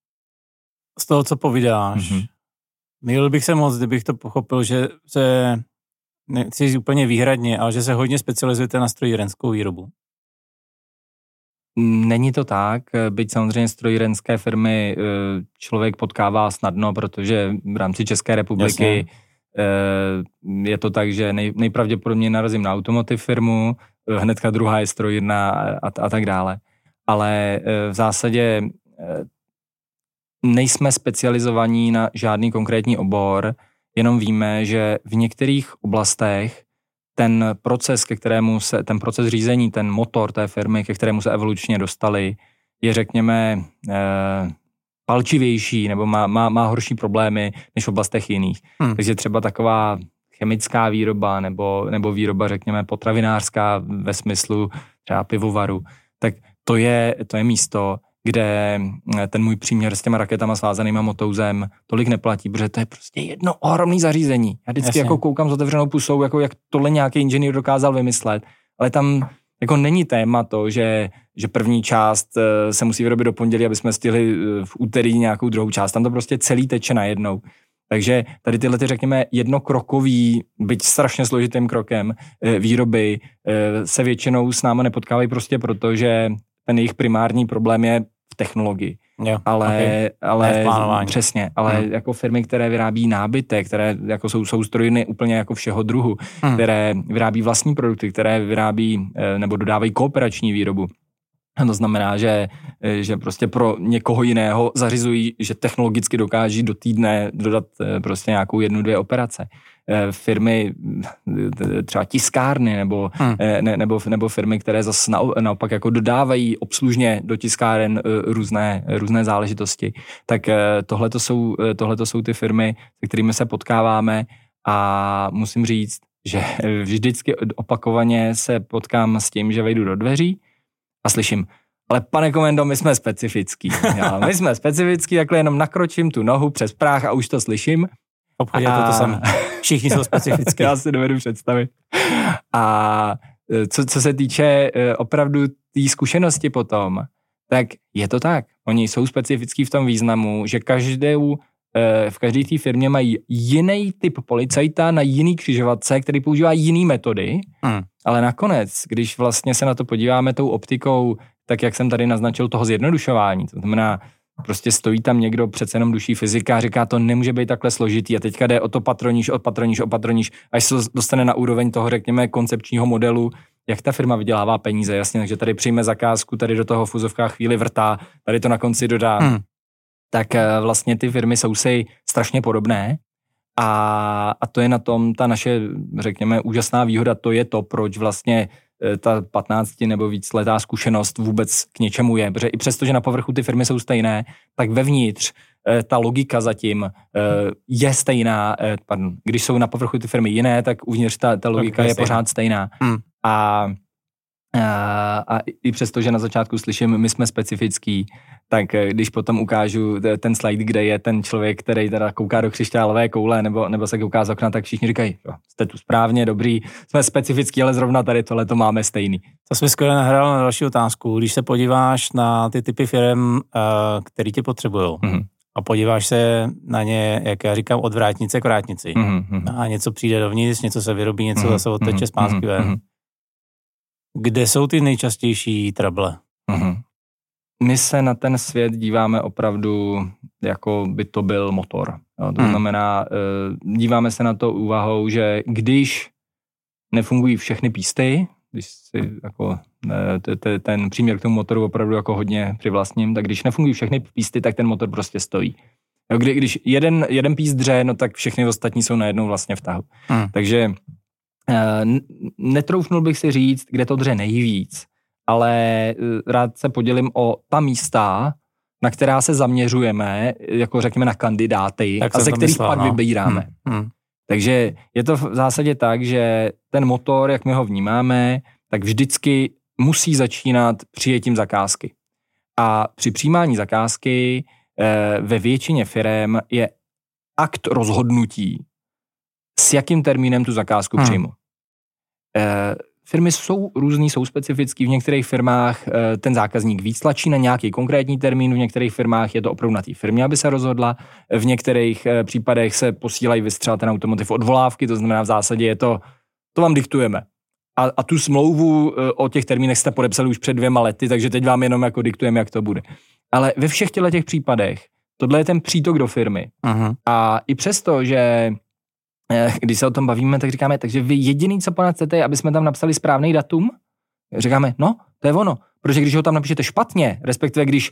Z toho, co povídáš, mm-hmm. mýlil bych se moc, kdybych to pochopil, že se, nechci říct úplně výhradně, ale že se hodně specializujete na strojírenskou výrobu. Není to tak, byť samozřejmě strojírenské firmy člověk potkává snadno, protože v rámci České republiky Jasně. je to tak, že nej, nejpravděpodobně narazím na automotiv firmu, hnedka druhá je strojírna a, a tak dále. Ale v zásadě nejsme specializovaní na žádný konkrétní obor, jenom víme, že v některých oblastech ten proces, ke kterému se, ten proces řízení, ten motor té firmy, ke kterému se evolučně dostali, je, řekněme, palčivější nebo má, má, má horší problémy než v oblastech jiných. Hmm. Takže třeba taková chemická výroba nebo, nebo výroba, řekněme, potravinářská ve smyslu třeba pivovaru, tak to je, to je místo, kde ten můj příměr s těma raketama svázanýma motouzem tolik neplatí, protože to je prostě jedno ohromné zařízení. Já vždycky Jasně. jako koukám s otevřenou pusou, jako jak tohle nějaký inženýr dokázal vymyslet, ale tam jako není téma to, že, že první část se musí vyrobit do pondělí, aby jsme stihli v úterý nějakou druhou část. Tam to prostě celý teče najednou. Takže tady tyhle, ty, řekněme, jednokrokový, byť strašně složitým krokem výroby se většinou s náma nepotkávají prostě proto, že ten jejich primární problém je v technologii. Jo, ale, okay. ale přesně, ale hmm. jako firmy, které vyrábí nábytek, které jako jsou, jsou strojny úplně jako všeho druhu, hmm. které vyrábí vlastní produkty, které vyrábí nebo dodávají kooperační výrobu. To znamená, že, že prostě pro někoho jiného zařizují, že technologicky dokáží do týdne dodat prostě nějakou jednu, dvě operace. Firmy, třeba tiskárny nebo, hmm. ne, nebo, nebo firmy, které zase naopak jako dodávají obslužně do tiskáren různé, různé záležitosti. Tak tohleto jsou, tohleto jsou ty firmy, se kterými se potkáváme a musím říct, že vždycky opakovaně se potkám s tím, že vejdu do dveří a slyším, ale pane komendo, my jsme specifický. Já, my jsme specifický, takhle jenom nakročím tu nohu přes práh a už to slyším. V obchodě a... to to samé. Všichni jsou specifický. Já si dovedu představit. A co, co se týče opravdu té tý zkušenosti potom, tak je to tak. Oni jsou specifický v tom významu, že každou, v každé té firmě mají jiný typ policajta na jiný křižovatce, který používá jiný metody, hmm. ale nakonec, když vlastně se na to podíváme tou optikou, tak jak jsem tady naznačil toho zjednodušování, to znamená, prostě stojí tam někdo, přece jenom duší fyzika a říká, to nemůže být takhle složitý a teďka jde o to patroníš, opatroníš, opatroníš, až se dostane na úroveň toho, řekněme, koncepčního modelu, jak ta firma vydělává peníze, jasně, takže tady přijme zakázku, tady do toho v úzovkách chvíli vrtá, tady to na konci dodá, hmm. tak vlastně ty firmy jsou si strašně podobné a, a to je na tom ta naše, řekněme, úžasná výhoda, to je to, proč vlastně ta patnácti nebo víc letá zkušenost vůbec k něčemu je, protože i přesto, že na povrchu ty firmy jsou stejné, tak vevnitř ta logika zatím je stejná, pardon, když jsou na povrchu ty firmy jiné, tak uvnitř ta, ta logika je pořád stejná. Hmm. A, a, a i přesto, že na začátku slyším, my jsme specifický, tak když potom ukážu ten slide, kde je ten člověk, který teda kouká do křišťálové koule nebo, nebo se kouká z okna, tak všichni říkají, jo, jste tu správně, dobrý, jsme specifický, ale zrovna tady tohle to máme stejný. To jsme skvěle nahrál na další otázku. Když se podíváš na ty typy firm, který tě potřebujou, mm-hmm. a podíváš se na ně, jak já říkám, od vrátnice k vrátnici. Mm-hmm. A něco přijde dovnitř, něco se vyrobí, něco mm-hmm. zase odteče zpátky mm-hmm. ven. Kde jsou ty nejčastější trable? Mm-hmm. My se na ten svět díváme opravdu, jako by to byl motor. Jo, to hmm. znamená, díváme se na to úvahou, že když nefungují všechny písty, když si jako ten příměr k tomu motoru opravdu jako hodně přivlastním, tak když nefungují všechny písty, tak ten motor prostě stojí. Jo, kdy, když jeden, jeden píst dře, no tak všechny ostatní jsou najednou vlastně v tahu. Hmm. Takže netroufnul bych si říct, kde to dře nejvíc, ale rád se podělím o ta místa, na která se zaměřujeme, jako řekněme na kandidáty, tak a ze kterých myslel, pak no. vybíráme. Hmm. Hmm. Takže je to v zásadě tak, že ten motor, jak my ho vnímáme, tak vždycky musí začínat přijetím zakázky. A při přijímání zakázky eh, ve většině firem je akt rozhodnutí, s jakým termínem tu zakázku hmm. přijmu. Eh, Firmy jsou různý, jsou specifický. V některých firmách ten zákazník víc tlačí na nějaký konkrétní termín, v některých firmách je to opravdu na té firmě, aby se rozhodla. V některých případech se posílají vystřela ten automotiv odvolávky, to znamená v zásadě je to, to vám diktujeme. A, a tu smlouvu o těch termínech jste podepsali už před dvěma lety, takže teď vám jenom jako diktujeme, jak to bude. Ale ve všech těch případech tohle je ten přítok do firmy. Uh-huh. A i přesto, že když se o tom bavíme, tak říkáme, takže vy jediný, co po nás chcete, je, aby jsme tam napsali správný datum. Říkáme, no, to je ono. Protože když ho tam napíšete špatně, respektive když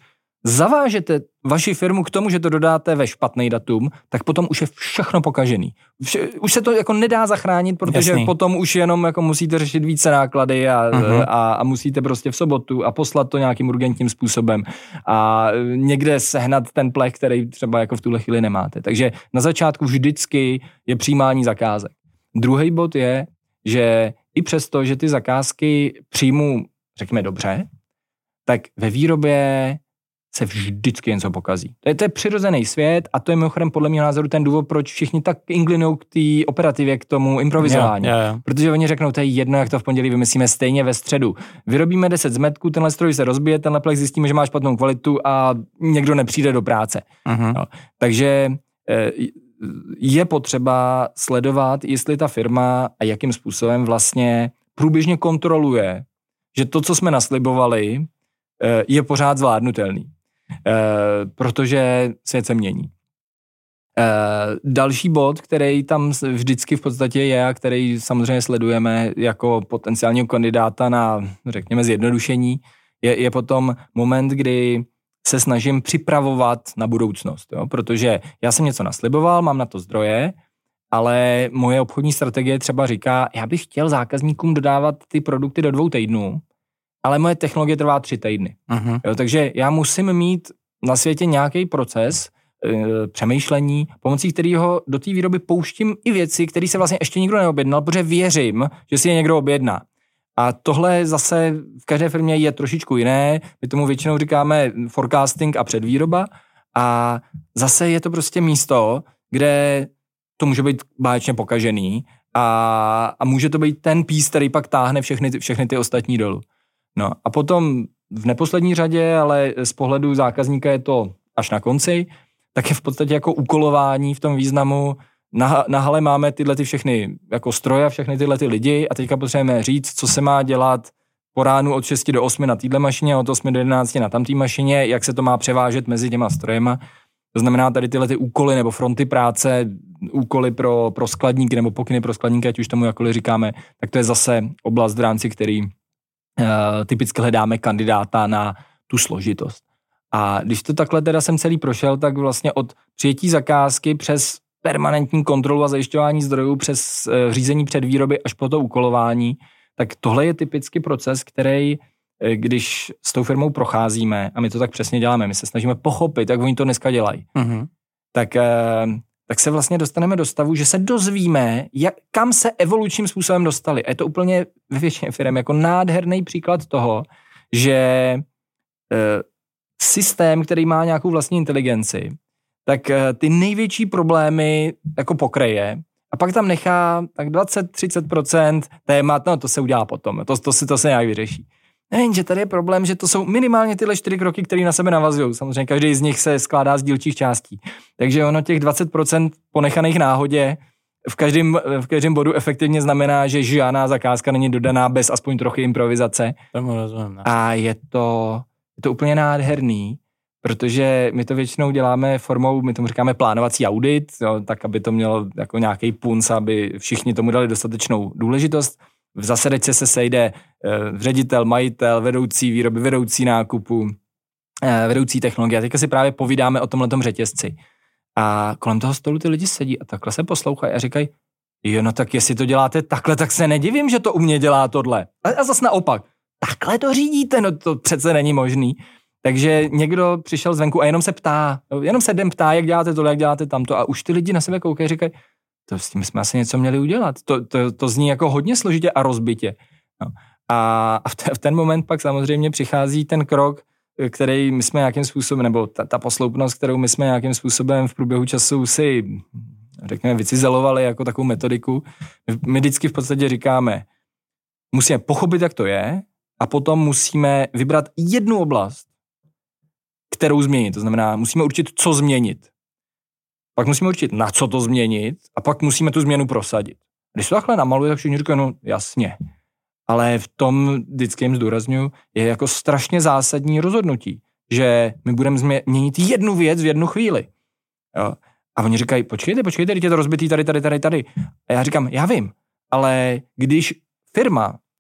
zavážete vaši firmu k tomu, že to dodáte ve špatný datum, tak potom už je všechno pokažený. Vše, už se to jako nedá zachránit, protože Jasný. potom už jenom jako musíte řešit více náklady a, uh-huh. a, a musíte prostě v sobotu a poslat to nějakým urgentním způsobem a někde sehnat ten plech, který třeba jako v tuhle chvíli nemáte. Takže na začátku vždycky je přijímání zakázek. Druhý bod je, že i přesto, že ty zakázky přijmu, řekněme dobře, tak ve výrobě se vždycky něco pokazí. To je, to je přirozený svět a to je mimochodem podle mého názoru ten důvod, proč všichni tak inklinují k té operativě, k tomu improvizování. Yeah, yeah, yeah. Protože oni řeknou, to je jedno, jak to v pondělí vymyslíme stejně ve středu. Vyrobíme deset zmetků, tenhle stroj se rozbije, tenhle plech zjistíme, že má špatnou kvalitu a někdo nepřijde do práce. Uh-huh. No, takže je potřeba sledovat, jestli ta firma a jakým způsobem vlastně průběžně kontroluje, že to, co jsme naslibovali, je pořád zvládnutelný. Uh, protože svět se mění. Uh, další bod, který tam vždycky v podstatě je a který samozřejmě sledujeme jako potenciálního kandidáta na, řekněme, zjednodušení, je, je potom moment, kdy se snažím připravovat na budoucnost. Jo? Protože já jsem něco nasliboval, mám na to zdroje, ale moje obchodní strategie třeba říká, já bych chtěl zákazníkům dodávat ty produkty do dvou týdnů, ale moje technologie trvá tři týdny. Uh-huh. Jo, takže já musím mít na světě nějaký proces e, přemýšlení, pomocí kterého do té výroby pouštím i věci, které se vlastně ještě nikdo neobjednal, protože věřím, že si je někdo objedná. A tohle zase v každé firmě je trošičku jiné. My tomu většinou říkáme forecasting a předvýroba. A zase je to prostě místo, kde to může být báječně pokažený a, a může to být ten pís, který pak táhne všechny, všechny ty ostatní dolů. No a potom v neposlední řadě, ale z pohledu zákazníka je to až na konci, tak je v podstatě jako úkolování v tom významu. Na, na hale máme tyhle ty všechny jako stroje, všechny tyhle ty lidi a teďka potřebujeme říct, co se má dělat po ránu od šesti do osmi na téhle mašině, od osmi do jedenácti na tamtý mašině, jak se to má převážet mezi těma strojema. To znamená tady tyhle ty úkoly nebo fronty práce, úkoly pro, pro skladníky nebo pokyny pro skladníky, ať už tomu jakkoliv říkáme, tak to je zase oblast, v rámci který Uh, typicky hledáme kandidáta na tu složitost. A když to takhle teda jsem celý prošel, tak vlastně od přijetí zakázky přes permanentní kontrolu a zajišťování zdrojů, přes uh, řízení předvýroby až po to úkolování, tak tohle je typicky proces, který, když s tou firmou procházíme, a my to tak přesně děláme, my se snažíme pochopit, jak oni to dneska dělají, uh-huh. tak uh, tak se vlastně dostaneme do stavu, že se dozvíme, jak, kam se evolučním způsobem dostali. A je to úplně ve většině firem jako nádherný příklad toho, že e, systém, který má nějakou vlastní inteligenci, tak e, ty největší problémy jako pokryje a pak tam nechá tak dvacet až třicet procent témat, no to se udělá potom, to, to, si, to se nějak vyřeší. Jenže tady je problém, že to jsou minimálně tyhle čtyři kroky, které na sebe navazují. Samozřejmě každý z nich se skládá z dílčích částí. Takže ono těch dvacet procent ponechaných náhodě v každém, v každém bodu efektivně znamená, že žádná zakázka není dodaná bez aspoň trochu improvizace. Tomu rozumím. A je to, je to úplně nádherný, protože my to většinou děláme formou, my tomu říkáme plánovací audit, jo, tak aby to mělo jako nějaký punc, aby všichni tomu dali dostatečnou důležitost. V zasedačce se sejde uh, ředitel, majitel, vedoucí výroby, vedoucí nákupu, uh, vedoucí technologie. A teďka si právě povídáme o tomhletom řetězci. A kolem toho stolu ty lidi sedí a takhle se poslouchají a říkají, jo, no tak jestli to děláte takhle, tak se nedivím, že to u mě dělá tohle. A, a zas naopak, takhle to řídíte, no to přece není možný. Takže někdo přišel zvenku a jenom se ptá, jenom se jdem ptá, jak děláte tohle, jak děláte tamto. A už ty lidi na sebe koukají a říkají, to s tím jsme asi něco měli udělat. To, to, to zní jako hodně složitě a rozbitě. No. A v, te, v ten moment pak samozřejmě přichází ten krok, který my jsme nějakým způsobem, nebo ta, ta posloupnost, kterou my jsme nějakým způsobem v průběhu času si, řekněme, vycizelovali jako takovou metodiku. My vždycky v podstatě říkáme, musíme pochopit, jak to je, a potom musíme vybrat jednu oblast, kterou změnit. To znamená, musíme určit, co změnit. Pak musíme určit, na co to změnit, a pak musíme tu změnu prosadit. Když to takhle namaluje, tak všichni říkají, no jasně. Ale v tom vždycky jim zdůrazňuji, je jako strašně zásadní rozhodnutí, že my budeme měnit jednu věc v jednu chvíli. Jo. A oni říkají, počkejte, počkejte, teď je to rozbitý tady, tady, tady, tady. A já říkám, já vím, ale když firma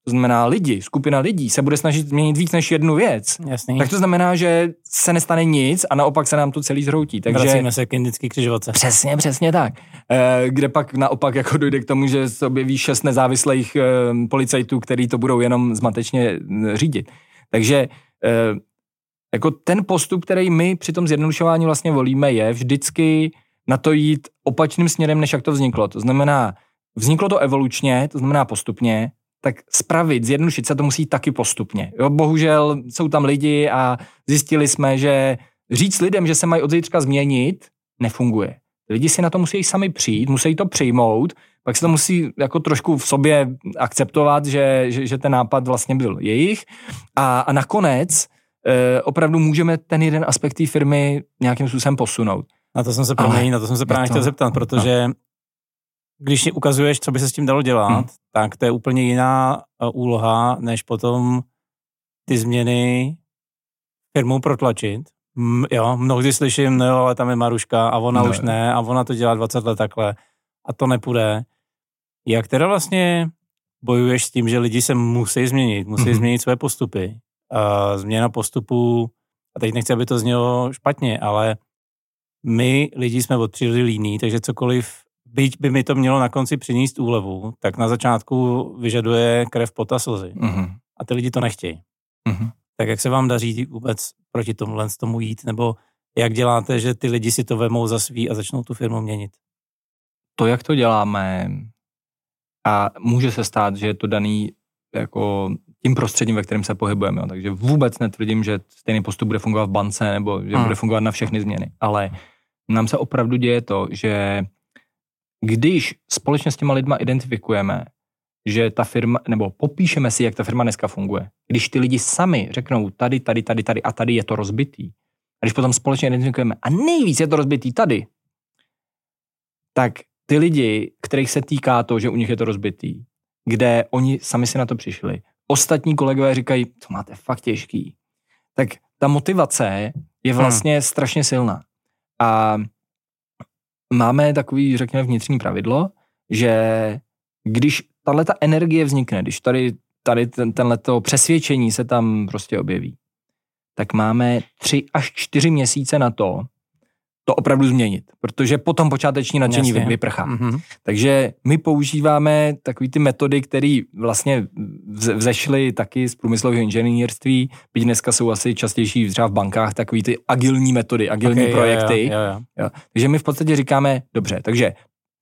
to znamená lidi, skupina lidí, se bude snažit změnit víc než jednu věc, Jasný. tak to znamená, že se nestane nic a naopak se nám to celý zhroutí. Takže vracíme se k indický křižovatce. Přesně, přesně tak. E, kde pak naopak jako dojde k tomu, že se objeví šest nezávislých e, policajtů, který to budou jenom zmatečně řídit. Takže e, jako ten postup, který my při tom zjednodušování vlastně volíme, je vždycky na to jít opačným směrem, než jak to vzniklo. To znamená, vzniklo to evolučně, to znamená postupně, tak spravit, zjednodušit se to musí taky postupně. Jo, bohužel jsou tam lidi a zjistili jsme, že říct lidem, že se mají od zítřka změnit, nefunguje. Lidi si na to musí sami přijít, musí to přijmout, pak se to musí jako trošku v sobě akceptovat, že, že, že ten nápad vlastně byl jejich a, a nakonec eh, opravdu můžeme ten jeden aspekt té firmy nějakým způsobem posunout. Na to jsem se proměnil, na to jsem se právě chtěl zeptat, protože no. když ukazuješ, co by se s tím dalo dělat, hmm. tak to je úplně jiná úloha, než potom ty změny firmou protlačit. M, jo, mnohdy slyším, no jo, ale tam je Maruška a ona no. už ne a ona to dělá dvacet let takhle a to nepůjde. Jak teda vlastně bojuješ s tím, že lidi se musí změnit, musí mm-hmm. změnit své postupy. Uh, změna postupů, a teď nechci, aby to znělo špatně, ale my lidi jsme od přírody líní, takže cokoliv, byť by mi to mělo na konci přinést úlevu, tak na začátku vyžaduje krev, pot a slzy. Mm-hmm. A ty lidi to nechtějí. Mm-hmm. Tak jak se vám daří vůbec proti tomuhle tomu jít, nebo jak děláte, že ty lidi si to vemou za svý a začnou tu firmu měnit? To, jak to děláme, a může se stát, že je to daný jako tím prostředím, ve kterém se pohybujeme. Jo. Takže vůbec netvrdím, že stejný postup bude fungovat v bance nebo že hmm. bude fungovat na všechny změny. Ale nám se opravdu děje to, že když společně s těma lidma identifikujeme, že ta firma, nebo popíšeme si, jak ta firma dneska funguje. Když ty lidi sami řeknou tady, tady, tady, tady a tady je to rozbitý. A když potom společně identifikujeme a nejvíc je to rozbitý tady, tak ty lidi, kterých se týká to, že u nich je to rozbitý, kde oni sami si na to přišli, ostatní kolegové říkají, to máte fakt těžký, tak ta motivace je vlastně hmm. strašně silná. A máme takový, řekněme, vnitřní pravidlo, že když tato energie vznikne, když tady, tady ten, tenhleto přesvědčení se tam prostě objeví, tak máme tři až čtyři měsíce na to, to opravdu změnit, protože potom počáteční nadšení Jasně. vyprchá. Mm-hmm. Takže my používáme takový ty metody, které vlastně vzešly taky z průmyslového inženýrství, byť dneska jsou asi častější třeba v bankách, takový ty agilní metody, agilní okay, projekty. Jo, jo, jo, jo. Takže my v podstatě říkáme, dobře, takže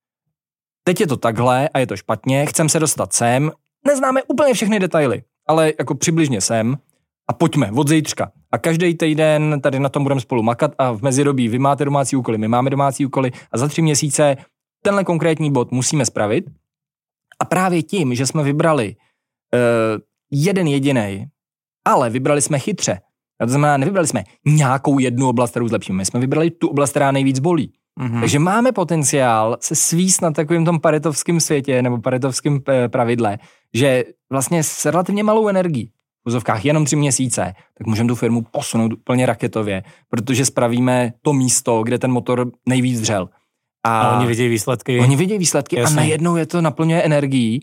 teď je to takhle a je to špatně, chcem se dostat sem, neznáme úplně všechny detaily, ale jako přibližně sem a pojďme od zítřka. A každý týden tady na tom budeme spolu makat a v mezidobí vy máte domácí úkoly, my máme domácí úkoly a za tři měsíce tenhle konkrétní bod musíme spravit. A právě tím, že jsme vybrali uh, jeden jedinej, ale vybrali jsme chytře. To znamená, nevybrali jsme nějakou jednu oblast, kterou zlepšíme. My jsme vybrali tu oblast, která nejvíc bolí. Mm-hmm. Takže máme potenciál se svíst na takovém tom paretovském světě nebo paretovském pravidle, že vlastně s relativně malou energií, v vozovkách jenom tři měsíce, tak můžeme tu firmu posunout úplně raketově, protože spravíme to místo, kde ten motor nejvíc dřel. A, a oni vidějí výsledky. Oni vidějí výsledky Jasně. a najednou je to naplňuje energií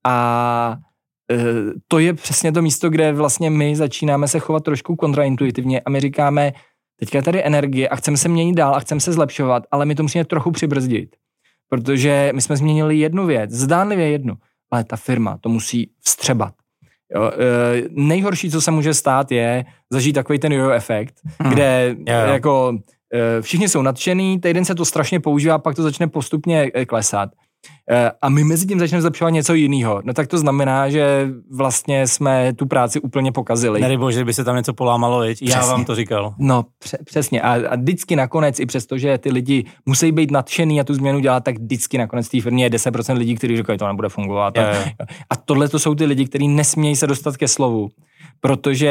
a e, to je přesně to místo, kde vlastně my začínáme se chovat trošku kontraintuitivně a my říkáme, teďka je tady energie a chceme se měnit dál a chceme se zlepšovat, ale my to musíme trochu přibrzdit, protože my jsme změnili jednu věc, zdánlivě jednu, ale ta firma to musí vstřebat. Jo, e, nejhorší, co se může stát, je zažít takový ten jojo efekt, hmm. kde yeah. jako e, všichni jsou nadšený, týden se to strašně používá, pak to začne postupně klesat. E, a my mezi tím začneme zlepšovat něco jiného. No tak to znamená, že vlastně jsme tu práci úplně pokazili. Nedej bože, by se tam něco polámalo, viď? Já vám to říkal. No, pře- přesně. A, a vždycky nakonec, i přesto, že ty lidi musí být nadšený a tu změnu dělat, tak vždycky nakonec té firmě je deset procent lidí, kteří říkají, to nebude fungovat. Je, je. A tohle to jsou ty lidi, kteří nesmějí se dostat ke slovu, protože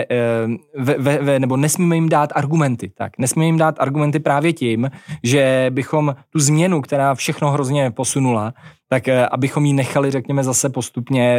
ve, ve, ve, nebo nesmíme jim dát argumenty. Tak, nesmíme jim dát argumenty právě tím, že bychom tu změnu, která všechno hrozně posunula, tak abychom ji nechali, řekněme, zase postupně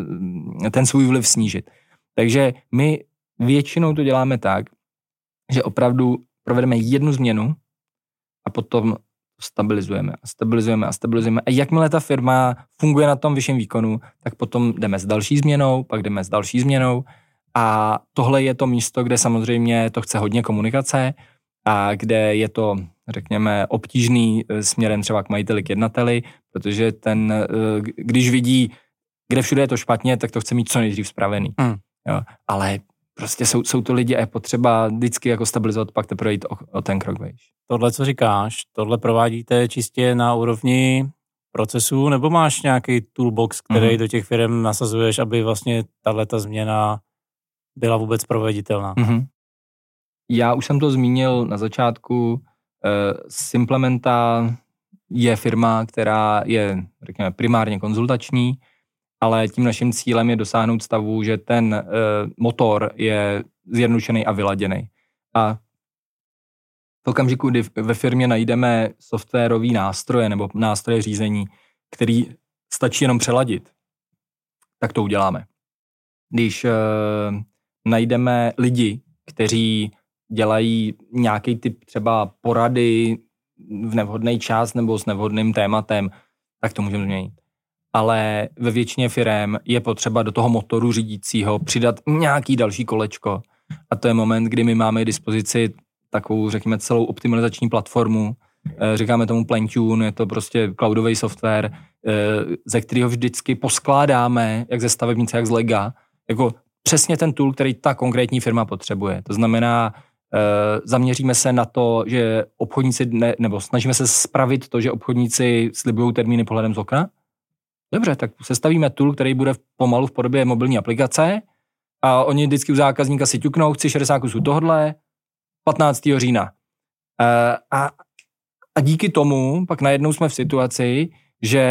ten svůj vliv snížit. Takže my většinou to děláme tak, že opravdu provedeme jednu změnu a potom stabilizujeme a stabilizujeme a stabilizujeme. A jakmile ta firma funguje na tom vyšším výkonu, tak potom jdeme s další změnou, pak jdeme s další změnou. A tohle je to místo, kde samozřejmě to chce hodně komunikace a kde je to, řekněme, obtížný směrem třeba k majiteli, k jednateli, protože ten, když vidí, kde všude je to špatně, tak to chce mít co nejdřív spravený. Mm. Jo. Ale prostě jsou, jsou to lidi a je potřeba vždycky jako stabilizovat, pak teprve jít o, o ten krok vejš. Tohle, co říkáš, tohle provádíte čistě na úrovni procesu, nebo máš nějaký toolbox, který mm. do těch firm nasazuješ, aby vlastně tahleta změna byla vůbec proveditelná? Mm-hmm. Já už jsem to zmínil na začátku. Simplementa je firma, která je, řekněme, primárně konzultační, ale tím naším cílem je dosáhnout stavu, že ten motor je zjednodušený a vyladěný. A v okamžiku, kdy ve firmě najdeme softwarový nástroje nebo nástroje řízení, který stačí jenom přeladit, tak to uděláme. Když najdeme lidi, kteří dělají nějaký typ třeba porady v nevhodný čas nebo s nevhodným tématem, tak to můžeme změnit. Ale ve většině firem je potřeba do toho motoru řídícího přidat nějaký další kolečko. A to je moment, kdy my máme k dispozici takovou, řekněme, celou optimalizační platformu. Říkáme tomu Plantune, je to prostě cloudový software, ze kterého vždycky poskládáme, jak ze stavebnice, jak z lega, jako přesně ten tool, který ta konkrétní firma potřebuje. To znamená, zaměříme se na to, že obchodníci, ne, nebo snažíme se spravit to, že obchodníci slibují termíny pohledem z okna. Dobře, tak sestavíme tool, který bude pomalu v podobě mobilní aplikace a oni vždycky u zákazníka si ťuknou, chci šedesát kusů tohodle, patnáctého října. A, a díky tomu pak najednou jsme v situaci, že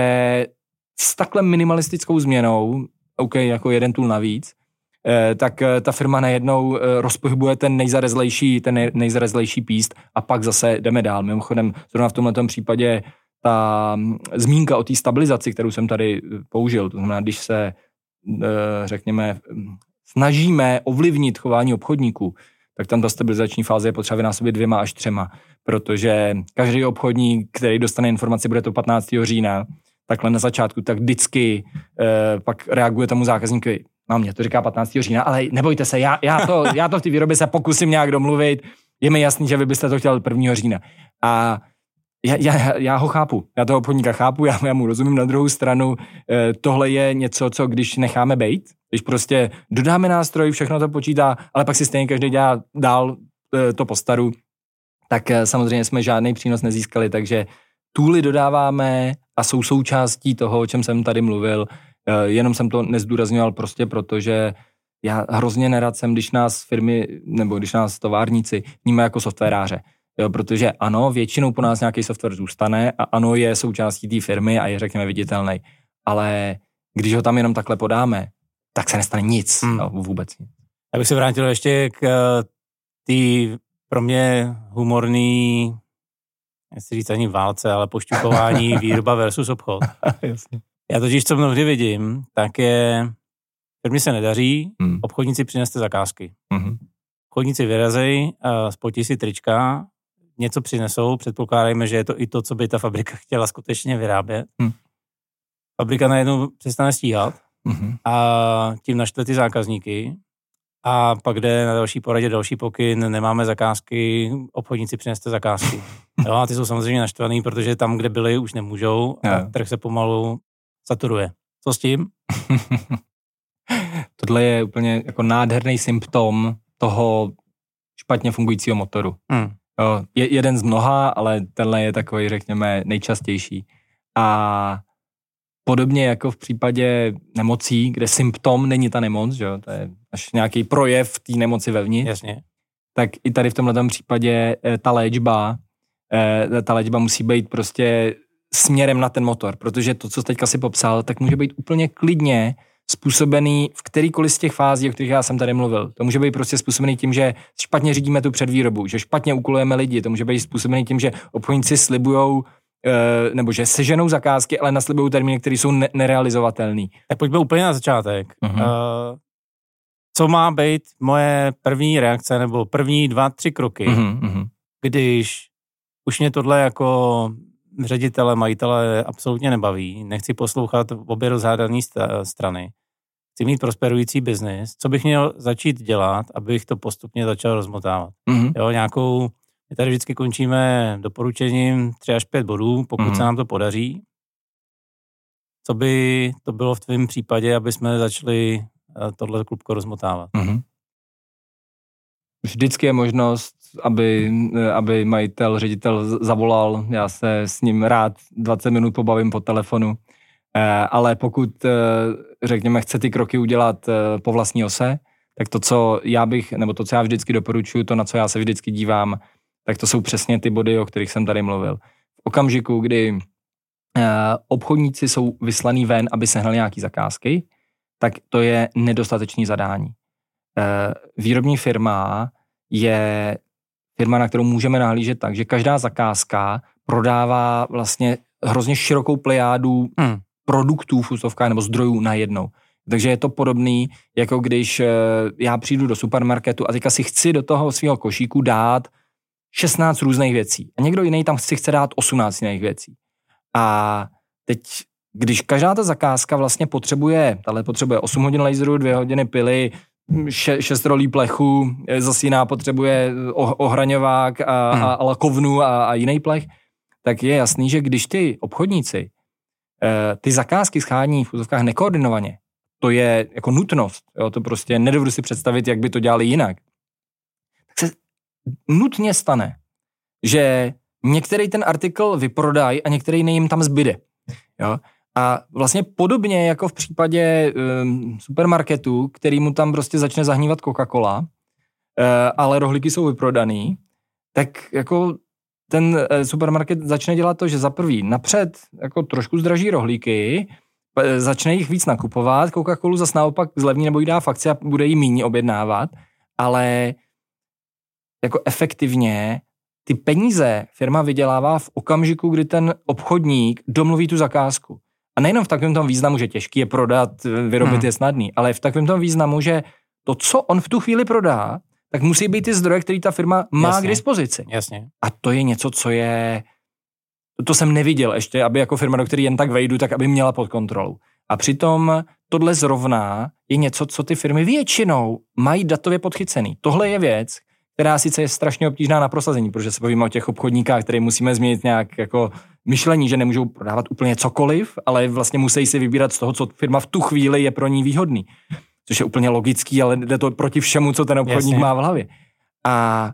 s takhle minimalistickou změnou, OK, jako jeden tool navíc, tak ta firma najednou rozpohybuje ten nejzarezlejší, ten nejzarezlejší píst a pak zase jdeme dál. Mimochodem, zrovna v tomto případě ta zmínka o té stabilizaci, kterou jsem tady použil, to znamená, když se, řekněme, snažíme ovlivnit chování obchodníků, tak tam ta stabilizační fáze je potřeba vynásobit dvěma až třema, protože každý obchodník, který dostane informaci, bude to patnáctého října, takhle na začátku, tak vždycky eh, pak reaguje tomu zákazníkovi. No, mě to říká patnáctého října, ale nebojte se, já, já, to, já to v té výrobě se pokusím nějak domluvit, je mi jasný, že vy byste to chtěl prvního října. A já, já, já ho chápu, já toho obchodníka chápu, já, já mu rozumím. Na druhou stranu, eh, tohle je něco, co když necháme bejt, když prostě dodáme nástroj, všechno to počítá, ale pak si stejně každý dělá dál eh, to po staru, tak eh, samozřejmě jsme žádný přínos nezískali, takže tooly dodáváme a jsou součástí toho, o čem jsem tady mluvil, eh, jenom jsem to nezdůrazňoval prostě proto, že já hrozně nerad jsem, když nás firmy, nebo když nás továrníci vnímají jako softwaráře. Jo, protože ano, většinou po nás nějaký software zůstane a ano, je součástí té firmy a je, řekněme, viditelný. Ale když ho tam jenom takhle podáme, tak se nestane nic. Hmm. No, vůbec nic. Já bych se vrátil ještě k té pro mě humorný, nechci říct ani válce, ale pošťukování výroba versus obchod. Jasně. Já totiž, co mnohdy vidím, tak je, firmě se nedaří, hmm. obchodníci přineste zakázky. Hmm. Obchodníci vyrazejí, spotí si trička, něco přinesou, předpokládajme, že je to i to, co by ta fabrika chtěla skutečně vyrábět. Hmm. Fabrika najednou přestane stíhat hmm. a tím naštve ty zákazníky a pak jde na další poradě další pokyn, nemáme zakázky, obchodníci přineste zakázky. Jo, a ty jsou samozřejmě naštvaný, protože tam, kde byli, už nemůžou a yeah. trh se pomalu saturuje. Co s tím? Tohle je úplně jako nádherný symptom toho špatně fungujícího motoru. Hmm. Jo, je jeden z mnoha, ale tenhle je takový, řekněme, nejčastější. A podobně jako v případě nemocí, kde symptom není ta nemoc, že jo, to je až nějaký projev té nemoci vevnitř. Jasně. Tak i tady v tomhle případě ta léčba, ta léčba musí být prostě směrem na ten motor, protože to, co teďka si popsal, tak může být úplně klidně způsobený v kterýkoliv z těch fází, o kterých já jsem tady mluvil. To může být prostě způsobený tím, že špatně řídíme tu předvýrobu, že špatně úkolujeme lidi, to může být způsobený tím, že obchodníci slibujou nebo že seženou zakázky, ale naslibují termíny, které jsou ne- nerealizovatelné. Tak pojďme úplně na začátek. Uh-huh. Uh, co má být moje první reakce nebo první dva, tři kroky, uh-huh, uh-huh. když už mě tohle jako ředitele, majitele absolutně nebaví, nechci poslouchat obě rozhádané strany, chci mít prosperující biznis, co bych měl začít dělat, abych to postupně začal rozmotávat. Mm-hmm. Jo, nějakou, my tady vždycky končíme doporučením tři až pět bodů, pokud mm-hmm. se nám to podaří. Co by to bylo v tvém případě, aby jsme začali tohle klubko rozmotávat? Mm-hmm. Vždycky je možnost, aby, aby majitel, ředitel zavolal, já se s ním rád dvacet minut pobavím po telefonu, ale pokud, řekněme, chce ty kroky udělat po vlastní ose, tak to, co já bych, nebo to, co já vždycky doporučuji, to, na co já se vždycky dívám, tak to jsou přesně ty body, o kterých jsem tady mluvil. V okamžiku, kdy obchodníci jsou vyslaný ven, aby sehnali nějaký zakázky, tak to je nedostatečné zadání. Výrobní firma je firma, na kterou můžeme nahlížet tak, že každá zakázka prodává vlastně hrozně širokou plejádu hmm. produktů v úzovkách nebo zdrojů najednou. Takže je to podobný, jako když já přijdu do supermarketu a teďka si chci do toho svého košíku dát šestnáct různých věcí. A někdo jiný tam si chce dát osmnáct jiných věcí. A teď, když každá ta zakázka vlastně potřebuje, tahle potřebuje osm hodin laseru, dvě hodiny pily, šest rolí plechu, zase jiná potřebuje ohraňovák a, hmm. a, a lakovnu a, a jiný plech, tak je jasný, že když ty obchodníci ty zakázky schání v úzovkách nekoordinovaně, to je jako nutnost, jo, to prostě nedovedu si představit, jak by to dělali jinak, tak se nutně stane, že některý ten artikl vyprodají a některý jim tam zbyde. Jo? A vlastně podobně jako v případě um, supermarketu, kterýmu tam prostě začne zahnívat Coca-Cola, uh, ale rohlíky jsou vyprodaný, tak jako ten uh, supermarket začne dělat to, že za prvý napřed jako trošku zdraží rohlíky, začne jich víc nakupovat, Coca-Colu zase naopak zlevní nebo jí dá v akci a bude jí míň objednávat, ale jako efektivně ty peníze firma vydělává v okamžiku, kdy ten obchodník domluví tu zakázku. A nejenom v takovém tom významu, že těžký je prodat, vyrobit hmm. je snadný, ale v takovém tom významu, že to, co on v tu chvíli prodá, tak musí být ty zdroje, které ta firma má Jasně. k dispozici. Jasně. A to je něco, co je... To jsem neviděl ještě, aby jako firma, do které jen tak vejdu, tak aby měla pod kontrolou. A přitom tohle zrovna je něco, co ty firmy většinou mají datově podchycený. Tohle je věc, která sice je strašně obtížná na prosazení, protože se bavíme o těch obchodníkách, které musíme změnit nějak jako myšlení, že nemůžou prodávat úplně cokoliv, ale vlastně musí si vybírat z toho, co firma v tu chvíli je pro ní výhodný. Což je úplně logický, ale jde to proti všemu, co ten obchodník Jasně. má v hlavě. A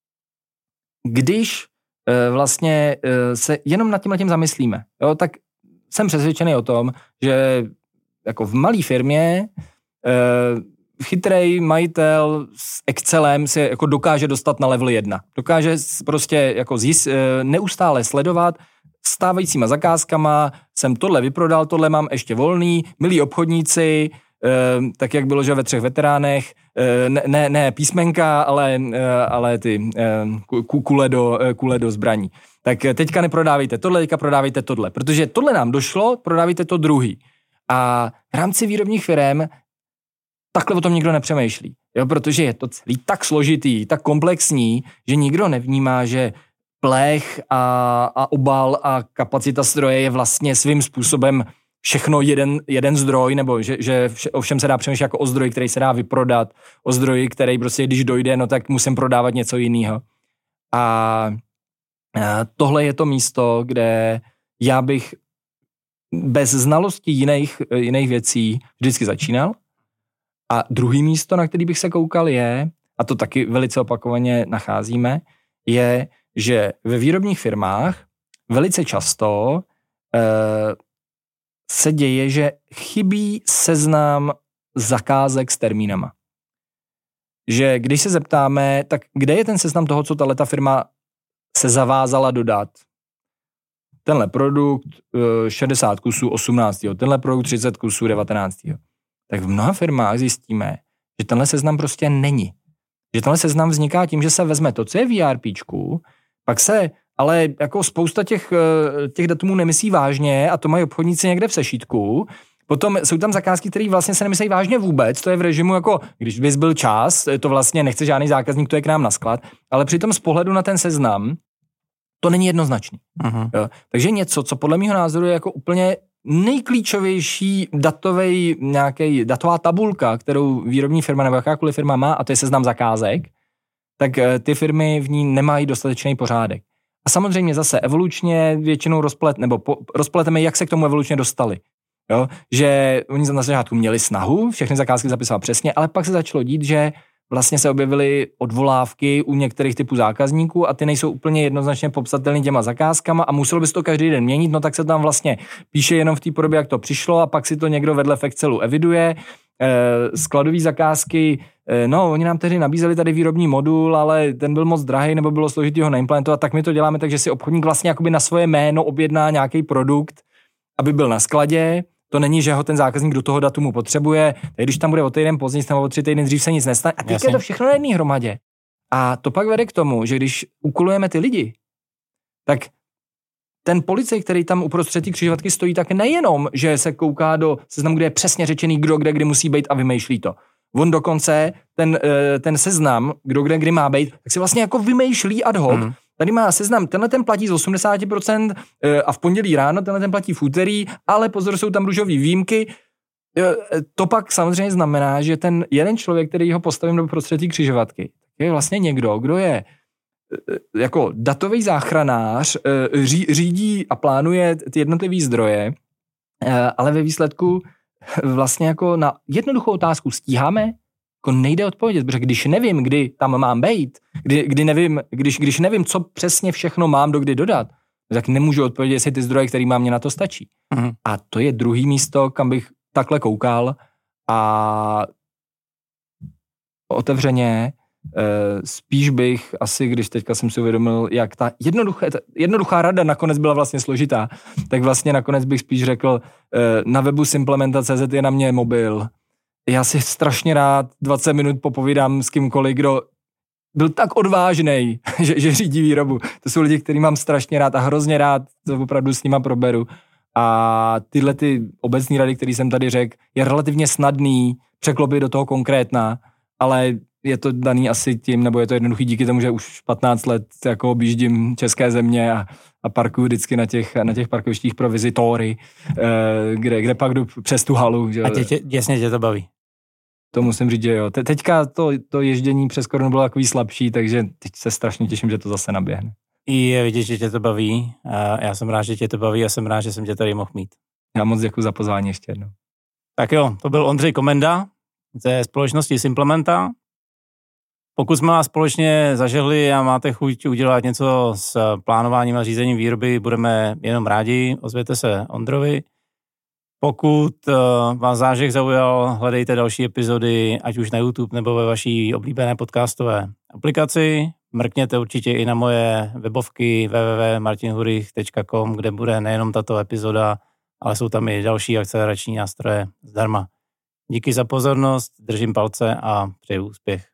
když e, vlastně e, se jenom nad tímhletím zamyslíme, jo, tak jsem přesvědčený o tom, že jako v malé firmě e, chytrej majitel s Excelem se jako dokáže dostat na level jedna. Dokáže prostě jako zjist, neustále sledovat stávajícíma zakázkama, jsem tohle vyprodal, tohle mám ještě volný, milí obchodníci, tak jak bylo, že ve třech veteránech, ne, ne, ne písmenka, ale, ale ty kule do, kule do zbraní. Tak teďka neprodávejte tohle, teďka prodávejte tohle, protože tohle nám došlo, prodávejte to druhý. A v rámci výrobních firem takhle o tom nikdo nepřemýšlí, jo, protože je to celý tak složitý, tak komplexní, že nikdo nevnímá, že plech a, a obal a kapacita stroje je vlastně svým způsobem všechno jeden, jeden zdroj, nebo že, že vše, o všem se dá přemýšlet jako o zdroji, který se dá vyprodat, o zdroji, který prostě, když dojde, no tak musím prodávat něco jiného. A, a tohle je to místo, kde já bych bez znalosti jiných, jiných věcí vždycky začínal. A druhý místo, na který bych se koukal, je, a to taky velice opakovaně nacházíme, je, že ve výrobních firmách velice často e, se děje, že chybí seznam zakázek s termínama. Že když se zeptáme, tak kde je ten seznam toho, co tato firma se zavázala dodat? Tenhle produkt e, šedesát kusů osmnáctého tenhle produkt třicet kusů devatenáctého Tak v mnoha firmách zjistíme, že tenhle seznam prostě není. Že tenhle seznam vzniká tím, že se vezme to, co je v ERPčku, pak se, ale jako spousta těch, těch datumů nemyslí vážně a to mají obchodníci někde v sešítku. Potom jsou tam zakázky, které vlastně se nemyslí vážně vůbec, to je v režimu jako, když bys byl čas, to vlastně nechce žádný zákazník, to je k nám na sklad, ale přitom z pohledu na ten seznam To není jednoznačný. Uh-huh. Jo? Takže něco, co podle mého názoru je jako úplně nejklíčovější datovej, nějaký datová tabulka, kterou výrobní firma nebo jakákoliv firma má, a to je seznam zakázek, tak ty firmy v ní nemají dostatečný pořádek. A samozřejmě zase evolučně většinou rozplet, nebo po, rozpleteme, jak se k tomu evolučně dostali. Jo? Že oni na začátku měli snahu, všechny zakázky zapisovat přesně, ale pak se začalo dít, že vlastně se objevily odvolávky u některých typů zákazníků a ty nejsou úplně jednoznačně popsatelný těma zakázkama a muselo by se to každý den měnit, no tak se tam vlastně píše jenom v té podobě, jak to přišlo a pak si to někdo vedle v Excelu eviduje. E, skladové zakázky, e, no oni nám tehdy nabízeli tady výrobní modul, ale ten byl moc drahý nebo bylo složitý ho naimplementovat, tak my to děláme tak, že si obchodník vlastně jakoby na svoje jméno objedná nějaký produkt, aby byl na skladě. To není, že ho ten zákazník do toho datumu potřebuje, tak když tam bude o týden později nebo o tři týdny dřív se nic nestane. A teď je to všechno na jedné hromadě. A to pak vede k tomu, že když úkolujeme ty lidi, tak ten policaj, který tam uprostřed té křižovatky stojí, tak nejenom, že se kouká do seznamu, kde je přesně řečený, kdo kde kdy musí být a vymýšlí to. On dokonce ten, ten seznam, kdo kde kdy má být, tak si vlastně jako vymýšlí ad hoc. Mm. Tady má seznam, tenhle ten platí z osmdesát procent a v pondělí ráno, tenhle ten platí v úterý, ale pozor, jsou tam růžový výjimky. To pak samozřejmě znamená, že ten jeden člověk, který ho postavím do prostředí křižovatky, je vlastně někdo, kdo je jako datový záchranář, ří, řídí a plánuje ty jednotlivý zdroje, ale ve výsledku vlastně jako na jednoduchou otázku stíháme, jako nejde odpovědět, protože když nevím, kdy tam mám být, kdy, kdy nevím, když, když nevím, co přesně všechno mám do kdy dodat, tak nemůžu odpovědět, jestli ty zdroje, který mám, mě na to stačí. Mm. A to je druhý místo, kam bych takhle koukal a otevřeně spíš bych asi, když teďka jsem si uvědomil, jak ta jednoduchá, ta jednoduchá rada nakonec byla vlastně složitá, tak vlastně nakonec bych spíš řekl, na webu Simplementa tečka cé zet je na mě mobil. Já si strašně rád dvacet minut popovídám s kýmkoliv, kdo byl tak odvážnej, že, že řídí výrobu. To jsou lidi, který mám strašně rád a hrozně rád to opravdu s nima proberu. A tyhle ty obecné rady, které jsem tady řekl, je relativně snadný překlopit do toho konkrétna, ale je to daný asi tím, nebo je to jednoduchý díky tomu, že už patnáct let jako objíždím české země a, a parkuju vždycky na těch, na těch parkovištích pro vizitory, eh, kde, kde pak jdu přes tu halu. Že? A tě, tě, jasně tě to baví. To musím říct, že jo. Te, teďka to, to ježdění přes korunu bylo takový slabší, takže teď se strašně těším, že to zase naběhne. I je vidět, že tě to baví. A já jsem rád, že tě to baví a jsem rád, že jsem tě tady mohl mít. Já moc děkuji za pozvání ještě jednou. Tak jo, to byl Ondřej Komenda ze společnosti Simplementa. Pokud jsme vás společně zažehli a máte chuť udělat něco s plánováním a řízením výroby, budeme jenom rádi, ozvěte se Ondrovi. Pokud vás zážeh zaujal, hledejte další epizody, ať už na YouTube nebo ve vaší oblíbené podcastové aplikaci. Mrkněte určitě i na moje webovky w w w tečka martin hurich tečka com, kde bude nejenom tato epizoda, ale jsou tam i další akcelerační nástroje zdarma. Díky za pozornost, držím palce a přeju úspěch.